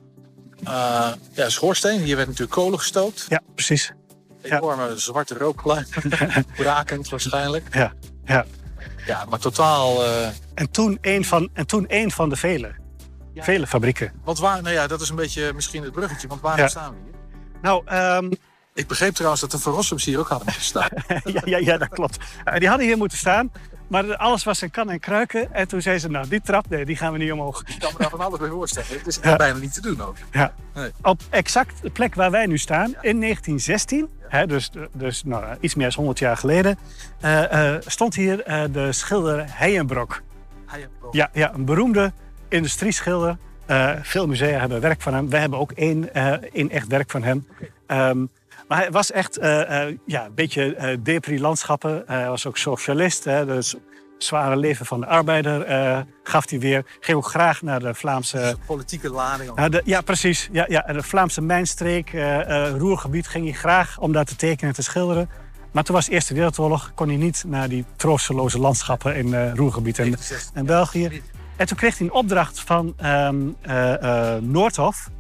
Uh, ja, schoorsteen. Hier werd natuurlijk kolen gestookt. Ja, precies. Enorme ja. zwarte rookpluim. Brakend waarschijnlijk. Ja, ja. Ja, maar totaal... Uh... En toen een van, en toen een van de vele, ja. vele fabrieken. Want waar, nou ja, dat is een beetje misschien het bruggetje, want waar ja. staan we hier? Nou, um... ik begreep trouwens dat de Van Rossums hier ook hadden moeten staan. ja, ja, ja, dat klopt. Uh, die hadden hier moeten staan, maar alles was in kan en kruiken. En toen zei ze, nou, die trap, nee, die gaan we niet omhoog. Ik kan me daar van alles bij voorstellen. Het is ja. bijna niet te doen ook. Ja. Nee. Op exact de plek waar wij nu staan, ja. in negentien zestien... He, dus dus nou, iets meer dan honderd jaar geleden, uh, uh, stond hier uh, de schilder Heijenbrok. Heijenbrok. Ja, ja, een beroemde industrieschilder. Uh, veel musea hebben werk van hem. Wij hebben ook één, uh, één echt werk van hem. Okay. Um, maar hij was echt uh, uh, ja, een beetje uh, depri-landschappen. Uh, hij was ook socialist. Hè, dus zware leven van de arbeider uh, gaf hij weer. Ging ook graag naar de Vlaamse... De politieke lading. Uh, de, ja, precies. Ja, ja, de Vlaamse mijnstreek, uh, uh, Roergebied ging hij graag om daar te tekenen en te schilderen. Maar toen was de Eerste Wereldoorlog, kon hij niet naar die troosteloze landschappen in uh, Roergebied en, en België. En toen kreeg hij een opdracht van um, uh, uh, Noordhof,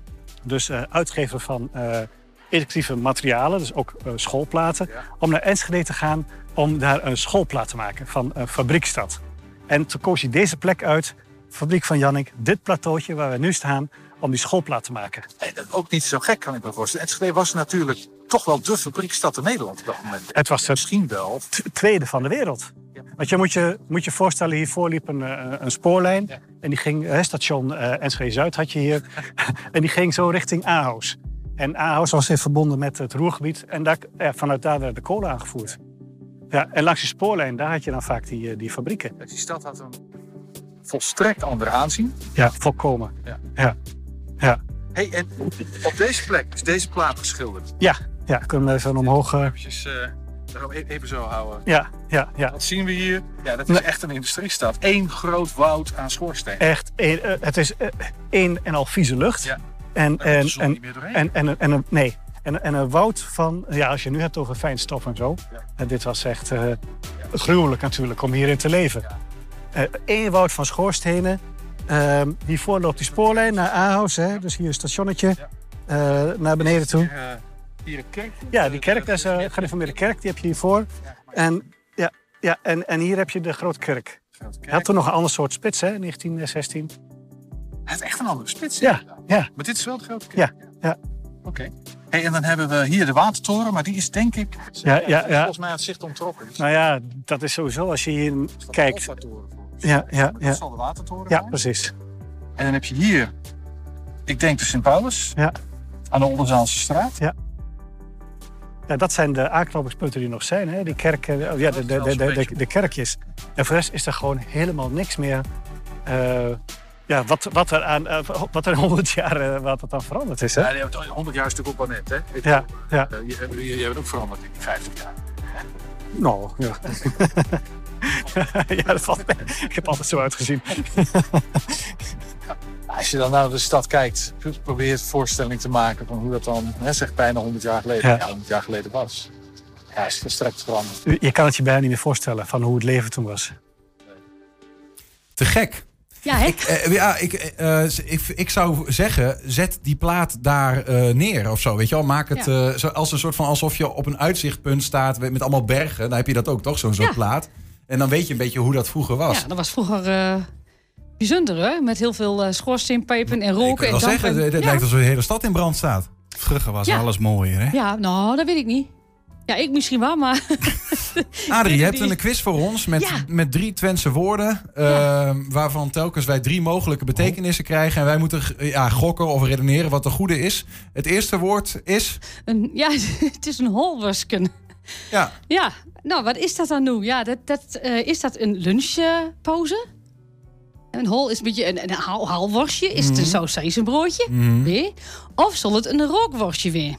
dus uh, uitgever van uh, educatieve materialen, dus ook uh, schoolplaten, ja. om naar Enschede te gaan om daar een schoolplaat te maken van een fabriekstad. En toen koos hij deze plek uit, fabriek van Jannik, dit plateautje waar we nu staan, om die schoolplaat te maken. En dat ook niet zo gek, kan ik me voorstellen. Enschede was natuurlijk toch wel de fabriekstad in Nederland op dat moment. Het was misschien wel t- tweede van de wereld. Ja. Want je moet je, moet je voorstellen, hiervoor liep een, een spoorlijn. Ja. En die ging, uh, station uh, Enschede-Zuid had je hier. En die ging zo richting Ahaus. En Ahaus was weer verbonden met het Roergebied. En daar, ja, vanuit daar werd de kolen aangevoerd. Ja, en langs die spoorlijn, daar had je dan vaak die, die fabrieken. Dus die stad had een volstrekt ander aanzien. Ja, volkomen. Ja. Ja. Ja. Hey, en op deze plek is deze plaat geschilderd? Ja, ja, kunnen we even omhoog... Uh... Eventjes, uh, even zo houden. Ja, ja, ja. Wat zien we hier? Ja, dat is nee. echt een industriestad. Eén groot woud aan schoorsteen. Echt, een, uh, het is uh, één en al vieze lucht. Ja. En, en, en, en, en, en, en, en, nee. En, en een woud van, ja, als je nu hebt over fijnstof en zo. Ja. En dit was echt uh, gruwelijk natuurlijk om hierin te leven. Eén uh, woud van schoorstenen. Uh, hiervoor loopt die spoorlijn naar Ahaus, hè? Dus hier een stationnetje uh, naar beneden toe. Hier, uh, hier een kerk? Ja, die kerk, dat is een gereformeerde kerk, die heb je hiervoor. En, ja, ja, en, en hier heb je de Grote Kerk. Hij had toen nog een ander soort spits, hè, negentien zestien. Hij heeft echt een andere spits? Ja, ja. Maar dit is wel de Grote Kerk? Ja, ja. Oké. Okay. Hey, en dan hebben we hier de Watertoren, maar die is denk ik... Ja, ja, ja. Volgens mij het zicht onttrokken. Dus nou ja, dat is sowieso als je hier kijkt. Ja, ja, ja. Dat zal de Watertoren Ja, zijn. precies. En dan heb je hier, ik denk de Sint-Paulus, ja. aan de Olderzaalse straat. Ja. Ja, dat zijn de aanknopingspunten die nog zijn, hè? Die kerken, ja, de, de, de, de, de, de kerkjes. En voor de rest is er gewoon helemaal niks meer uh, ja, wat, wat er aan uh, wat er in honderd jaar uh, wat het dan veranderd is. Hè? Ja, honderd jaar is natuurlijk ook wel net. Hè? Ja, ja. Uh, je, je, je bent ook veranderd in die vijftig jaar. Nou, ja. ja, dat valt mee. Ik heb altijd zo uitgezien. Als je dan naar de stad kijkt, probeer voorstelling te maken van hoe dat dan, hè, zeg bijna honderd jaar geleden, ja. Ja, honderd jaar geleden was. Ja, is verstrekt veranderd. Je kan het je bijna niet meer voorstellen van hoe het leven toen was. Te gek. Ja, hè? Ik, uh, ja, ik, uh, ik, ik zou zeggen, zet die plaat daar uh, neer of zo, weet je wel. Maak het ja. uh, zo, als een soort van alsof je op een uitzichtpunt staat met allemaal bergen. Dan heb je dat ook, toch? Zo'n soort ja. plaat. En dan weet je een beetje hoe dat vroeger was. Ja, dat was vroeger uh, bijzonder, hè? Met heel veel uh, schoorsteenpijpen en roken en damp. Ik wil zeggen, het, het ja. lijkt alsof de hele stad in brand staat. Vroeger was ja. alles mooier, hè? Ja, nou, dat weet ik niet. Ja, ik misschien wel, maar... Adrie, je hebt een quiz voor ons met, ja. met drie Twentse woorden. Uh, ja. Waarvan telkens wij drie mogelijke betekenissen krijgen. En wij moeten ja, gokken of redeneren wat de goede is. Het eerste woord is... Een, ja, het is een holwursken. Ja. Ja, nou, wat is dat dan nu? Ja, dat, dat, uh, is dat een lunchpauze? Een hol is een beetje een, een haal, haalworstje. Is mm-hmm. het een sausijzenbroodje? Mm-hmm. Nee. Of zal het een rookworstje weer?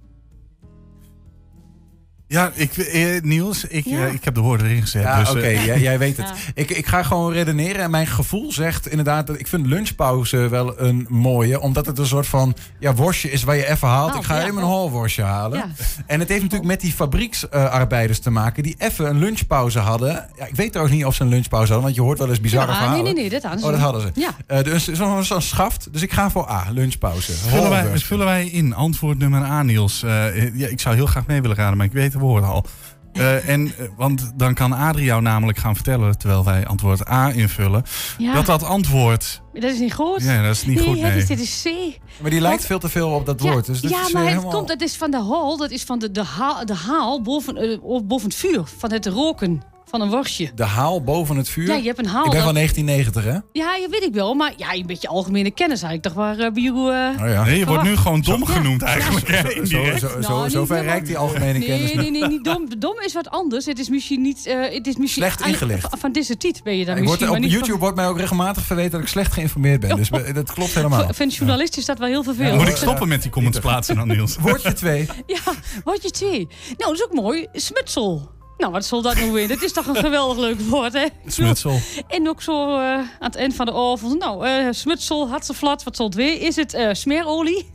Ja, ik, eh, Niels, ik, ja. uh, ik heb de woorden erin gezet. Ja, dus, oké, okay, uh, jij, jij weet het. Ja. Ik, ik ga gewoon redeneren en mijn gevoel zegt inderdaad dat ik vind lunchpauze wel een mooie, omdat het een soort van ja, worstje is waar je even haalt. Oh, ik ga ja, even een holworstje halen. Ja. En het heeft natuurlijk met die fabrieksarbeiders uh, te maken die even een lunchpauze hadden. Ja, ik weet trouwens niet of ze een lunchpauze hadden, want je hoort wel eens bizarre ja, verhalen. Nee, nee, nee, dat hadden ze. Oh, dat hadden ze. Ja. Uh, dus zo'n zo schaft. Dus ik ga voor A, lunchpauze. Vullen wij, vullen wij in antwoord nummer A, Niels. Uh, ja, ik zou heel graag mee willen raden, maar ik weet de woorden al. Uh, en, uh, want dan kan Adrie jou namelijk gaan vertellen, terwijl wij antwoord A invullen, ja. dat dat antwoord... Dat is niet goed. Ja, dat is niet nee, goed, nee. Het is, dit is C. Maar die lijkt veel te veel op dat ja, woord. Dus dat ja, is maar helemaal... het komt, het is van de hol, dat is van de, de, haal, de haal boven, uh, boven het vuur, van het roken van een worstje. De haal boven het vuur? Ja, je hebt een haal. Ik ben dat... van negentien negentig, hè? Ja, dat weet ik wel. Maar ja, een beetje algemene kennis eigenlijk. Toch waar uh, bio... Uh, oh ja. Nee, je wordt nu gewoon dom zo, genoemd ja. eigenlijk. Ja. Zo, zo, zo, zo, nou, zo ver reikt die algemene nee, kennis. Nee, nee, nee, niet dom. Dom is wat anders. Het is misschien niet... Uh, het is misschien slecht ingelicht. Van, van deze tijd ben je dan ja, misschien. Word, op niet YouTube van... wordt mij ook regelmatig verweten dat ik slecht geïnformeerd ben. Dus dat klopt helemaal. Ik vind journalist is dat wel heel vervelend. Ja, moet ik stoppen met die comments plaatsen dan, Niels? Woordje twee. Ja, woordje twee. Nou, dat is ook mooi. Smutsel. Nou, wat zal dat nou weer? Dat is toch een geweldig leuk woord, hè? Smutsel. En ook zo uh, aan het eind van de oven. Nou, uh, smutsel, hartstikke wat zal het weer? Is het uh, smeerolie?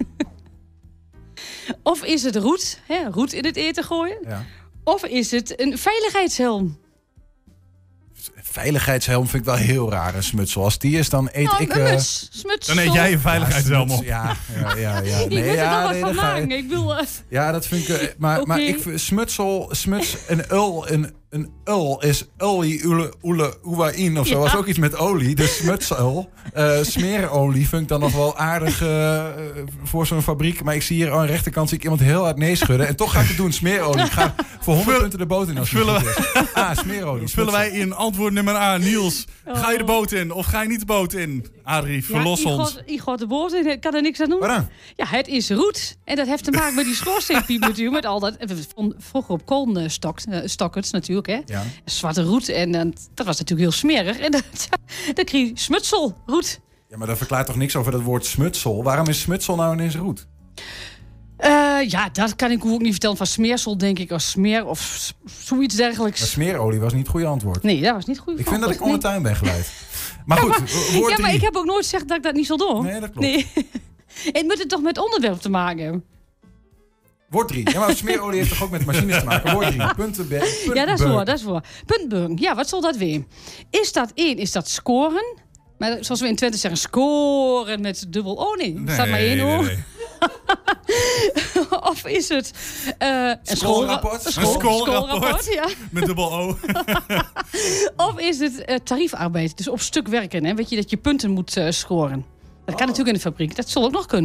Of is het roet? Hè, roet in het eten gooien? Ja. Of is het een veiligheidshelm? Veiligheidshelm vind ik wel heel raar, een smutsel. Als die is, dan eet nou, ik... Uh... Muts, dan eet jij een veiligheidshelm op. Ja, ja, ja. ja. Nee, ik weet ja, er wel nee, wat van maken. Ik... ik bedoel... Uh... Ja, dat vind ik... Uh, maar, okay. maar ik smutsel, smuts, een ul, een, een ul is uli, ule, ule, uwain of zo. Dat ja. is ook iets met olie. Dus smutsel. Uh, smeerolie vind ik dan nog wel aardig uh, voor zo'n fabriek. Maar ik zie hier aan de rechterkant zie ik iemand heel hard nee schudden. En toch ga ik het doen, smeerolie. Ik ga voor honderd punten de boot in als vullen het is. Ah, smeerolie. Vullen wij in antwoord nummer A, Niels. Oh. Ga je de boot in of ga je niet de boot in? Adrie, verlos ja, ons. Ik ga de boot in, ik kan er niks aan doen. Waar dan? Ja, het is roet. En dat heeft te maken met die schoorsteenpiep natuurlijk. Met al dat, vroeger op koolstokkers natuurlijk, hè. Ja. Zwarte roet. En uh, dat was natuurlijk heel smerig. En dan kreeg je smutsel, roet. Ja, maar dat verklaart toch niks over dat woord smutsel? Waarom is smutsel nou ineens roet? Uh, ja, dat kan ik ook niet vertellen. Van smeersel denk ik, als smeer of zoiets dergelijks. Maar smeerolie was niet het goede antwoord. Nee, dat was niet goed. Ik vind dat ik onder tuin ben geleid. Maar goed, ja, maar, woord ja, maar drie. ik heb ook nooit gezegd dat ik dat niet zal doen. Nee, dat klopt. Nee. Het moet het toch met onderwerp te maken hebben. Woord drie. Ja, maar smeerolie heeft toch ook met machines te maken? Woord drie. Punten B. Punt ja, dat is waar, dat is waar. Puntburg. Ja, wat zal dat weer? Is dat één, is dat scoren? Maar zoals we in Twente zeggen, scoren met dubbel O. Nee, nee staat maar één nee, O. Nee, nee. Of is het uh, een schoolrapport? Een school, schoolrapport, schoolrapport ja. Met dubbel O. Of is het uh, tariefarbeid, dus op stuk werken. Hè? Weet je, dat je punten moet uh, scoren. Dat kan oh. natuurlijk in de fabriek. Dat zal ook nog kunnen.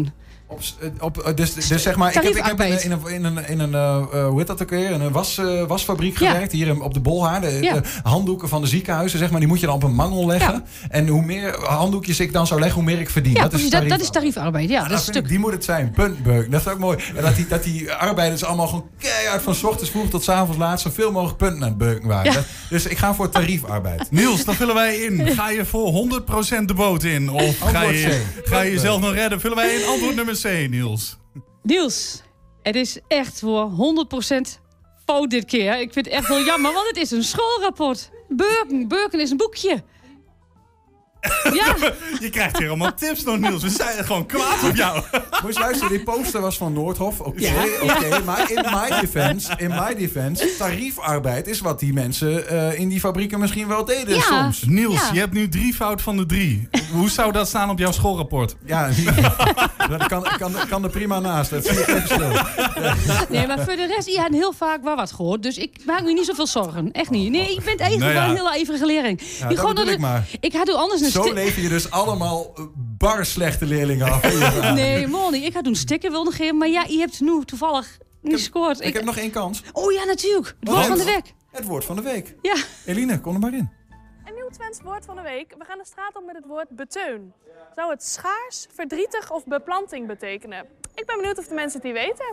Op, op, dus, dus zeg maar, ik heb, ik heb in, in een, in een, in een uh, hoe heet dat ook weer? In een was, uh, wasfabriek ja. gewerkt, hier op de Bolhaar. De, ja. de handdoeken van de ziekenhuizen, zeg maar, die moet je dan op een mangel leggen. Ja. En hoe meer handdoekjes ik dan zou leggen, hoe meer ik verdien. Ja, dat, is dat, dat is tariefarbeid. Ja, ja, dat is stuk... Die moet het zijn, puntbeuk. Dat is ook mooi. En dat die, dat die arbeiders allemaal gewoon keihard van 's ochtends vroeg tot 's avonds laat zoveel mogelijk punten aan het beuken waren. Ja. Dat, dus ik ga voor tariefarbeid. Niels, dan vullen wij in. Ga je voor honderd procent de boot in? Of ga je, ga je jezelf nog redden? Vullen wij in antwoord nummer C, Niels. Niels, het is echt voor honderd procent fout dit keer. Ik vind het echt wel jammer, want het is een schoolrapport. Burken, Burken is een boekje. Ja. Je krijgt hier allemaal tips nog, Niels. We zijn gewoon kwaad op jou. Moet je luisteren, die poster was van Noordhof. Oké, okay, ja. oké. Okay. Maar in my defense, in my defense, tariefarbeid is wat die mensen uh, in die fabrieken misschien wel deden ja. soms. Niels, ja. je hebt nu drie fout van de drie. Hoe zou dat staan op jouw schoolrapport? Ja, dat kan, kan, kan er prima naast. Dat zie ik geen verschil. Nee, maar voor de rest, je hebt heel vaak wel wat gehoord. Dus ik maak me niet zoveel zorgen. Echt niet. Nee, ik ben eigenlijk nou ja. wel een hele ijverige leerling. Ja, die dat ik maar. Ik had anders een Zo leven je dus allemaal bar slechte leerlingen af. Nee, man niet. Ik had toen stikken willen geven, maar ja, je hebt nu toevallig niet gescoord. Ik, ik heb nog één kans. Oh ja, natuurlijk. Het woord van de week. Het woord van de week. Ja. Eline, kom er maar in. Een nieuw Twents woord van de week. We gaan de straat op met het woord beteun. Zou het schaars, verdrietig of beplanting betekenen? Ik ben benieuwd of de mensen het hier weten.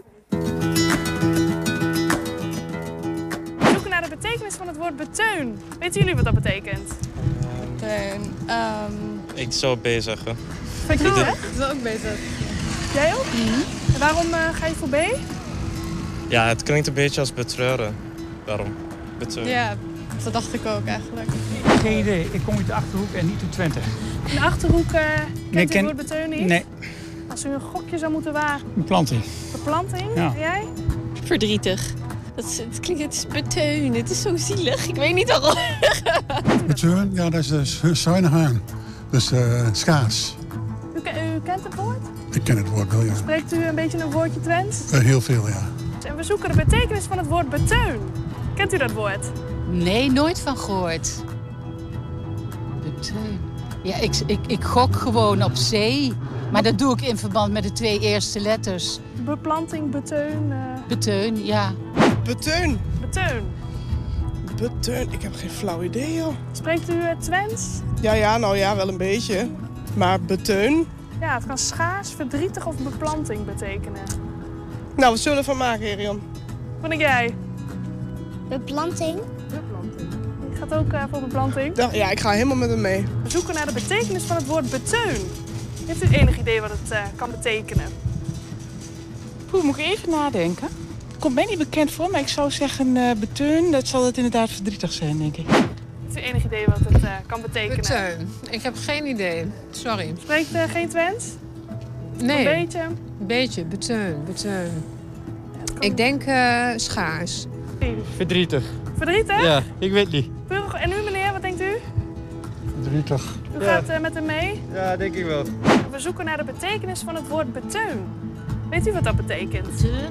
We zoeken naar de betekenis van het woord beteun. Weten jullie wat dat betekent? Beteun. Um... Ik zou B zeggen. Vind je hè? Ik zou ook B zeggen. Jij ook? Mm-hmm. En waarom uh, ga je voor B? Ja, het klinkt een beetje als betreuren. Daarom. Beteun. Ja, dat dacht ik ook eigenlijk. Geen idee. Ik kom uit de Achterhoek en niet uit Twente. In de Achterhoek, uh, kent nee, u ken... het woord beteun niet? Nee. Als u een gokje zou moeten wagen. Beplanting. Beplanting? Ja. En jij? Verdrietig. Dat is, het klinkt, het is beteun. Het is zo zielig. Ik weet niet waarom. Beteun, ja, dat is uh, zuinig aan. Dus uh, schaars. U, u kent het woord? Ik ken het woord wel, ja. Spreekt u een beetje een woordje Twents? Uh, heel veel, ja. En we zoeken de betekenis van het woord beteun. Kent u dat woord? Nee, nooit van gehoord. Beteun. Ja, ik, ik, ik gok gewoon op C. Maar dat doe ik in verband met de twee eerste letters. Beplanting, beteun. Uh... Beteun, ja. Beteun. Beteun. Beteun, ik heb geen flauw idee, joh. Spreekt u uh, Twents? Ja, ja, nou ja, wel een beetje. Maar beteun? Ja, het kan schaars, verdrietig of beplanting betekenen. Nou, wat zullen we van maken, Herion? Wat denk jij? Beplanting. Beplanting. Je gaat ook uh, voor beplanting? Ja, ja, ik ga helemaal met hem mee. We zoeken naar de betekenis van het woord beteun. Heeft u enig idee wat het uh, kan betekenen? Poeh, moet ik even nadenken. Het komt mij niet bekend voor, maar ik zou zeggen uh, beteun. Dat zal het inderdaad verdrietig zijn, denk ik. Heeft u enig idee wat het uh, kan betekenen? Beteun. Ik heb geen idee. Sorry. Spreekt uh, geen Twents? Nee. Een beetje? Een beetje. Beteun. Beteun. Ja, ik denk uh, schaars. Verdrietig. Verdrietig? Ja, ik weet niet. En u, meneer, wat denkt u? Verdrietig. U ja. gaat uh, met hem mee? Ja, denk ik wel. We zoeken naar de betekenis van het woord beteun. Weet u wat dat betekent?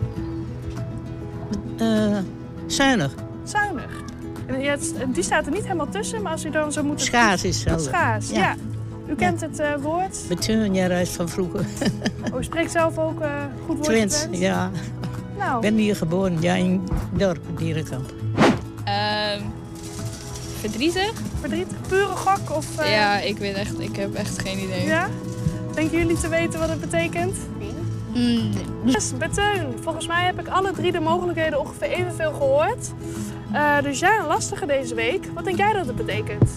Uh, zuinig. Zuinig. En ja, het, die staat er niet helemaal tussen, maar als u dan zo moet... Schaars is zo. Schaars, ja. ja. U kent ja. het uh, woord? Beteun, ja, dat is van vroeger. Oh, u spreekt zelf ook uh, goed woord Twents, Twents? Ja. Nou. Ik ben hier geboren, ja, in het dorp, Dierenkamp. Uh, verdrietig? Verdrietig? Pure gok? Of, uh... Ja, ik weet echt, ik heb echt geen idee. Ja? Denken jullie te weten wat het betekent? Nee. Mm. Yes, beteun. Volgens mij heb ik alle drie de mogelijkheden ongeveer evenveel gehoord. Uh, dus ja, een lastige deze week. Wat denk jij dat het betekent?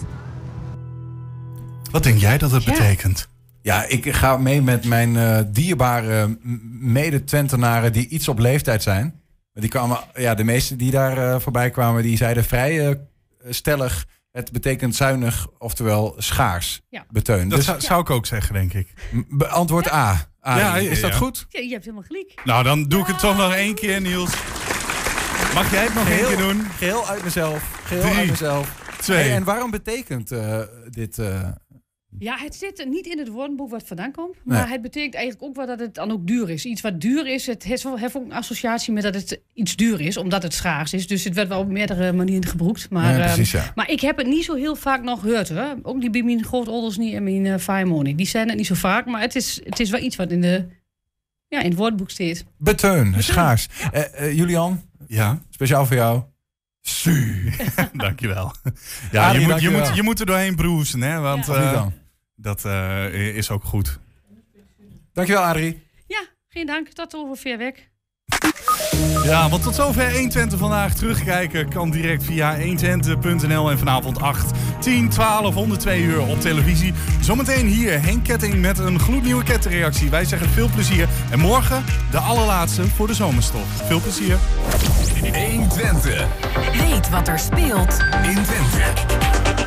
Wat denk jij dat het ja. betekent? Ja, ik ga mee met mijn uh, dierbare mede-Twentenaren die iets op leeftijd zijn. Die kwamen, ja, de meesten die daar uh, voorbij kwamen, die zeiden vrij uh, stellig. Het betekent zuinig, oftewel schaars. Ja. Beteun. Dat dus, zou, zou ik ook zeggen, denk ik. Antwoord ja. A. A. Ja, is dat ja. goed? Ja, je hebt helemaal gelijk. Nou, dan doe ik het toch nog één keer, Niels. Mag jij het nog één keer doen? Geheel uit mezelf. Geheel Drie, uit mezelf. Twee. Hey, en waarom betekent uh, dit... Uh, Ja, het zit niet in het woordenboek wat vandaan komt. Maar nee. Het betekent eigenlijk ook wel dat het dan ook duur is. Iets wat duur is, het heeft ook een associatie met dat het iets duur is. Omdat het schaars is. Dus het werd wel op meerdere manieren gebruikt. Maar, ja, precies, ja. um, maar ik heb het niet zo heel vaak nog gehoord. Hoor. Ook niet bij mijn grootouders niet en mijn uh, vader niet. Die zijn het niet zo vaak. Maar het is, het is wel iets wat in de ja, in het woordboek staat. Beteun, schaars. Uh, uh, Julian, ja? Speciaal voor jou. Su. Dankjewel. Ja, Arie, je, moet, je, moet, je moet er doorheen broesen, hè? Want ja. uh, dat uh, is ook goed. Dankjewel, Adrie. Ja, geen dank. Tot over ver weg. Ja, want tot zover honderdtwintig vandaag. Terugkijken kan direct via honderdtwintig punt n l en vanavond acht, tien, twaalf, honderd twee uur op televisie. Zometeen hier Henk Ketting met een gloednieuwe kettingreactie. Wij zeggen veel plezier. En morgen de allerlaatste voor de zomerstop. Veel plezier. honderdtwintig. Weet wat er speelt in Twente.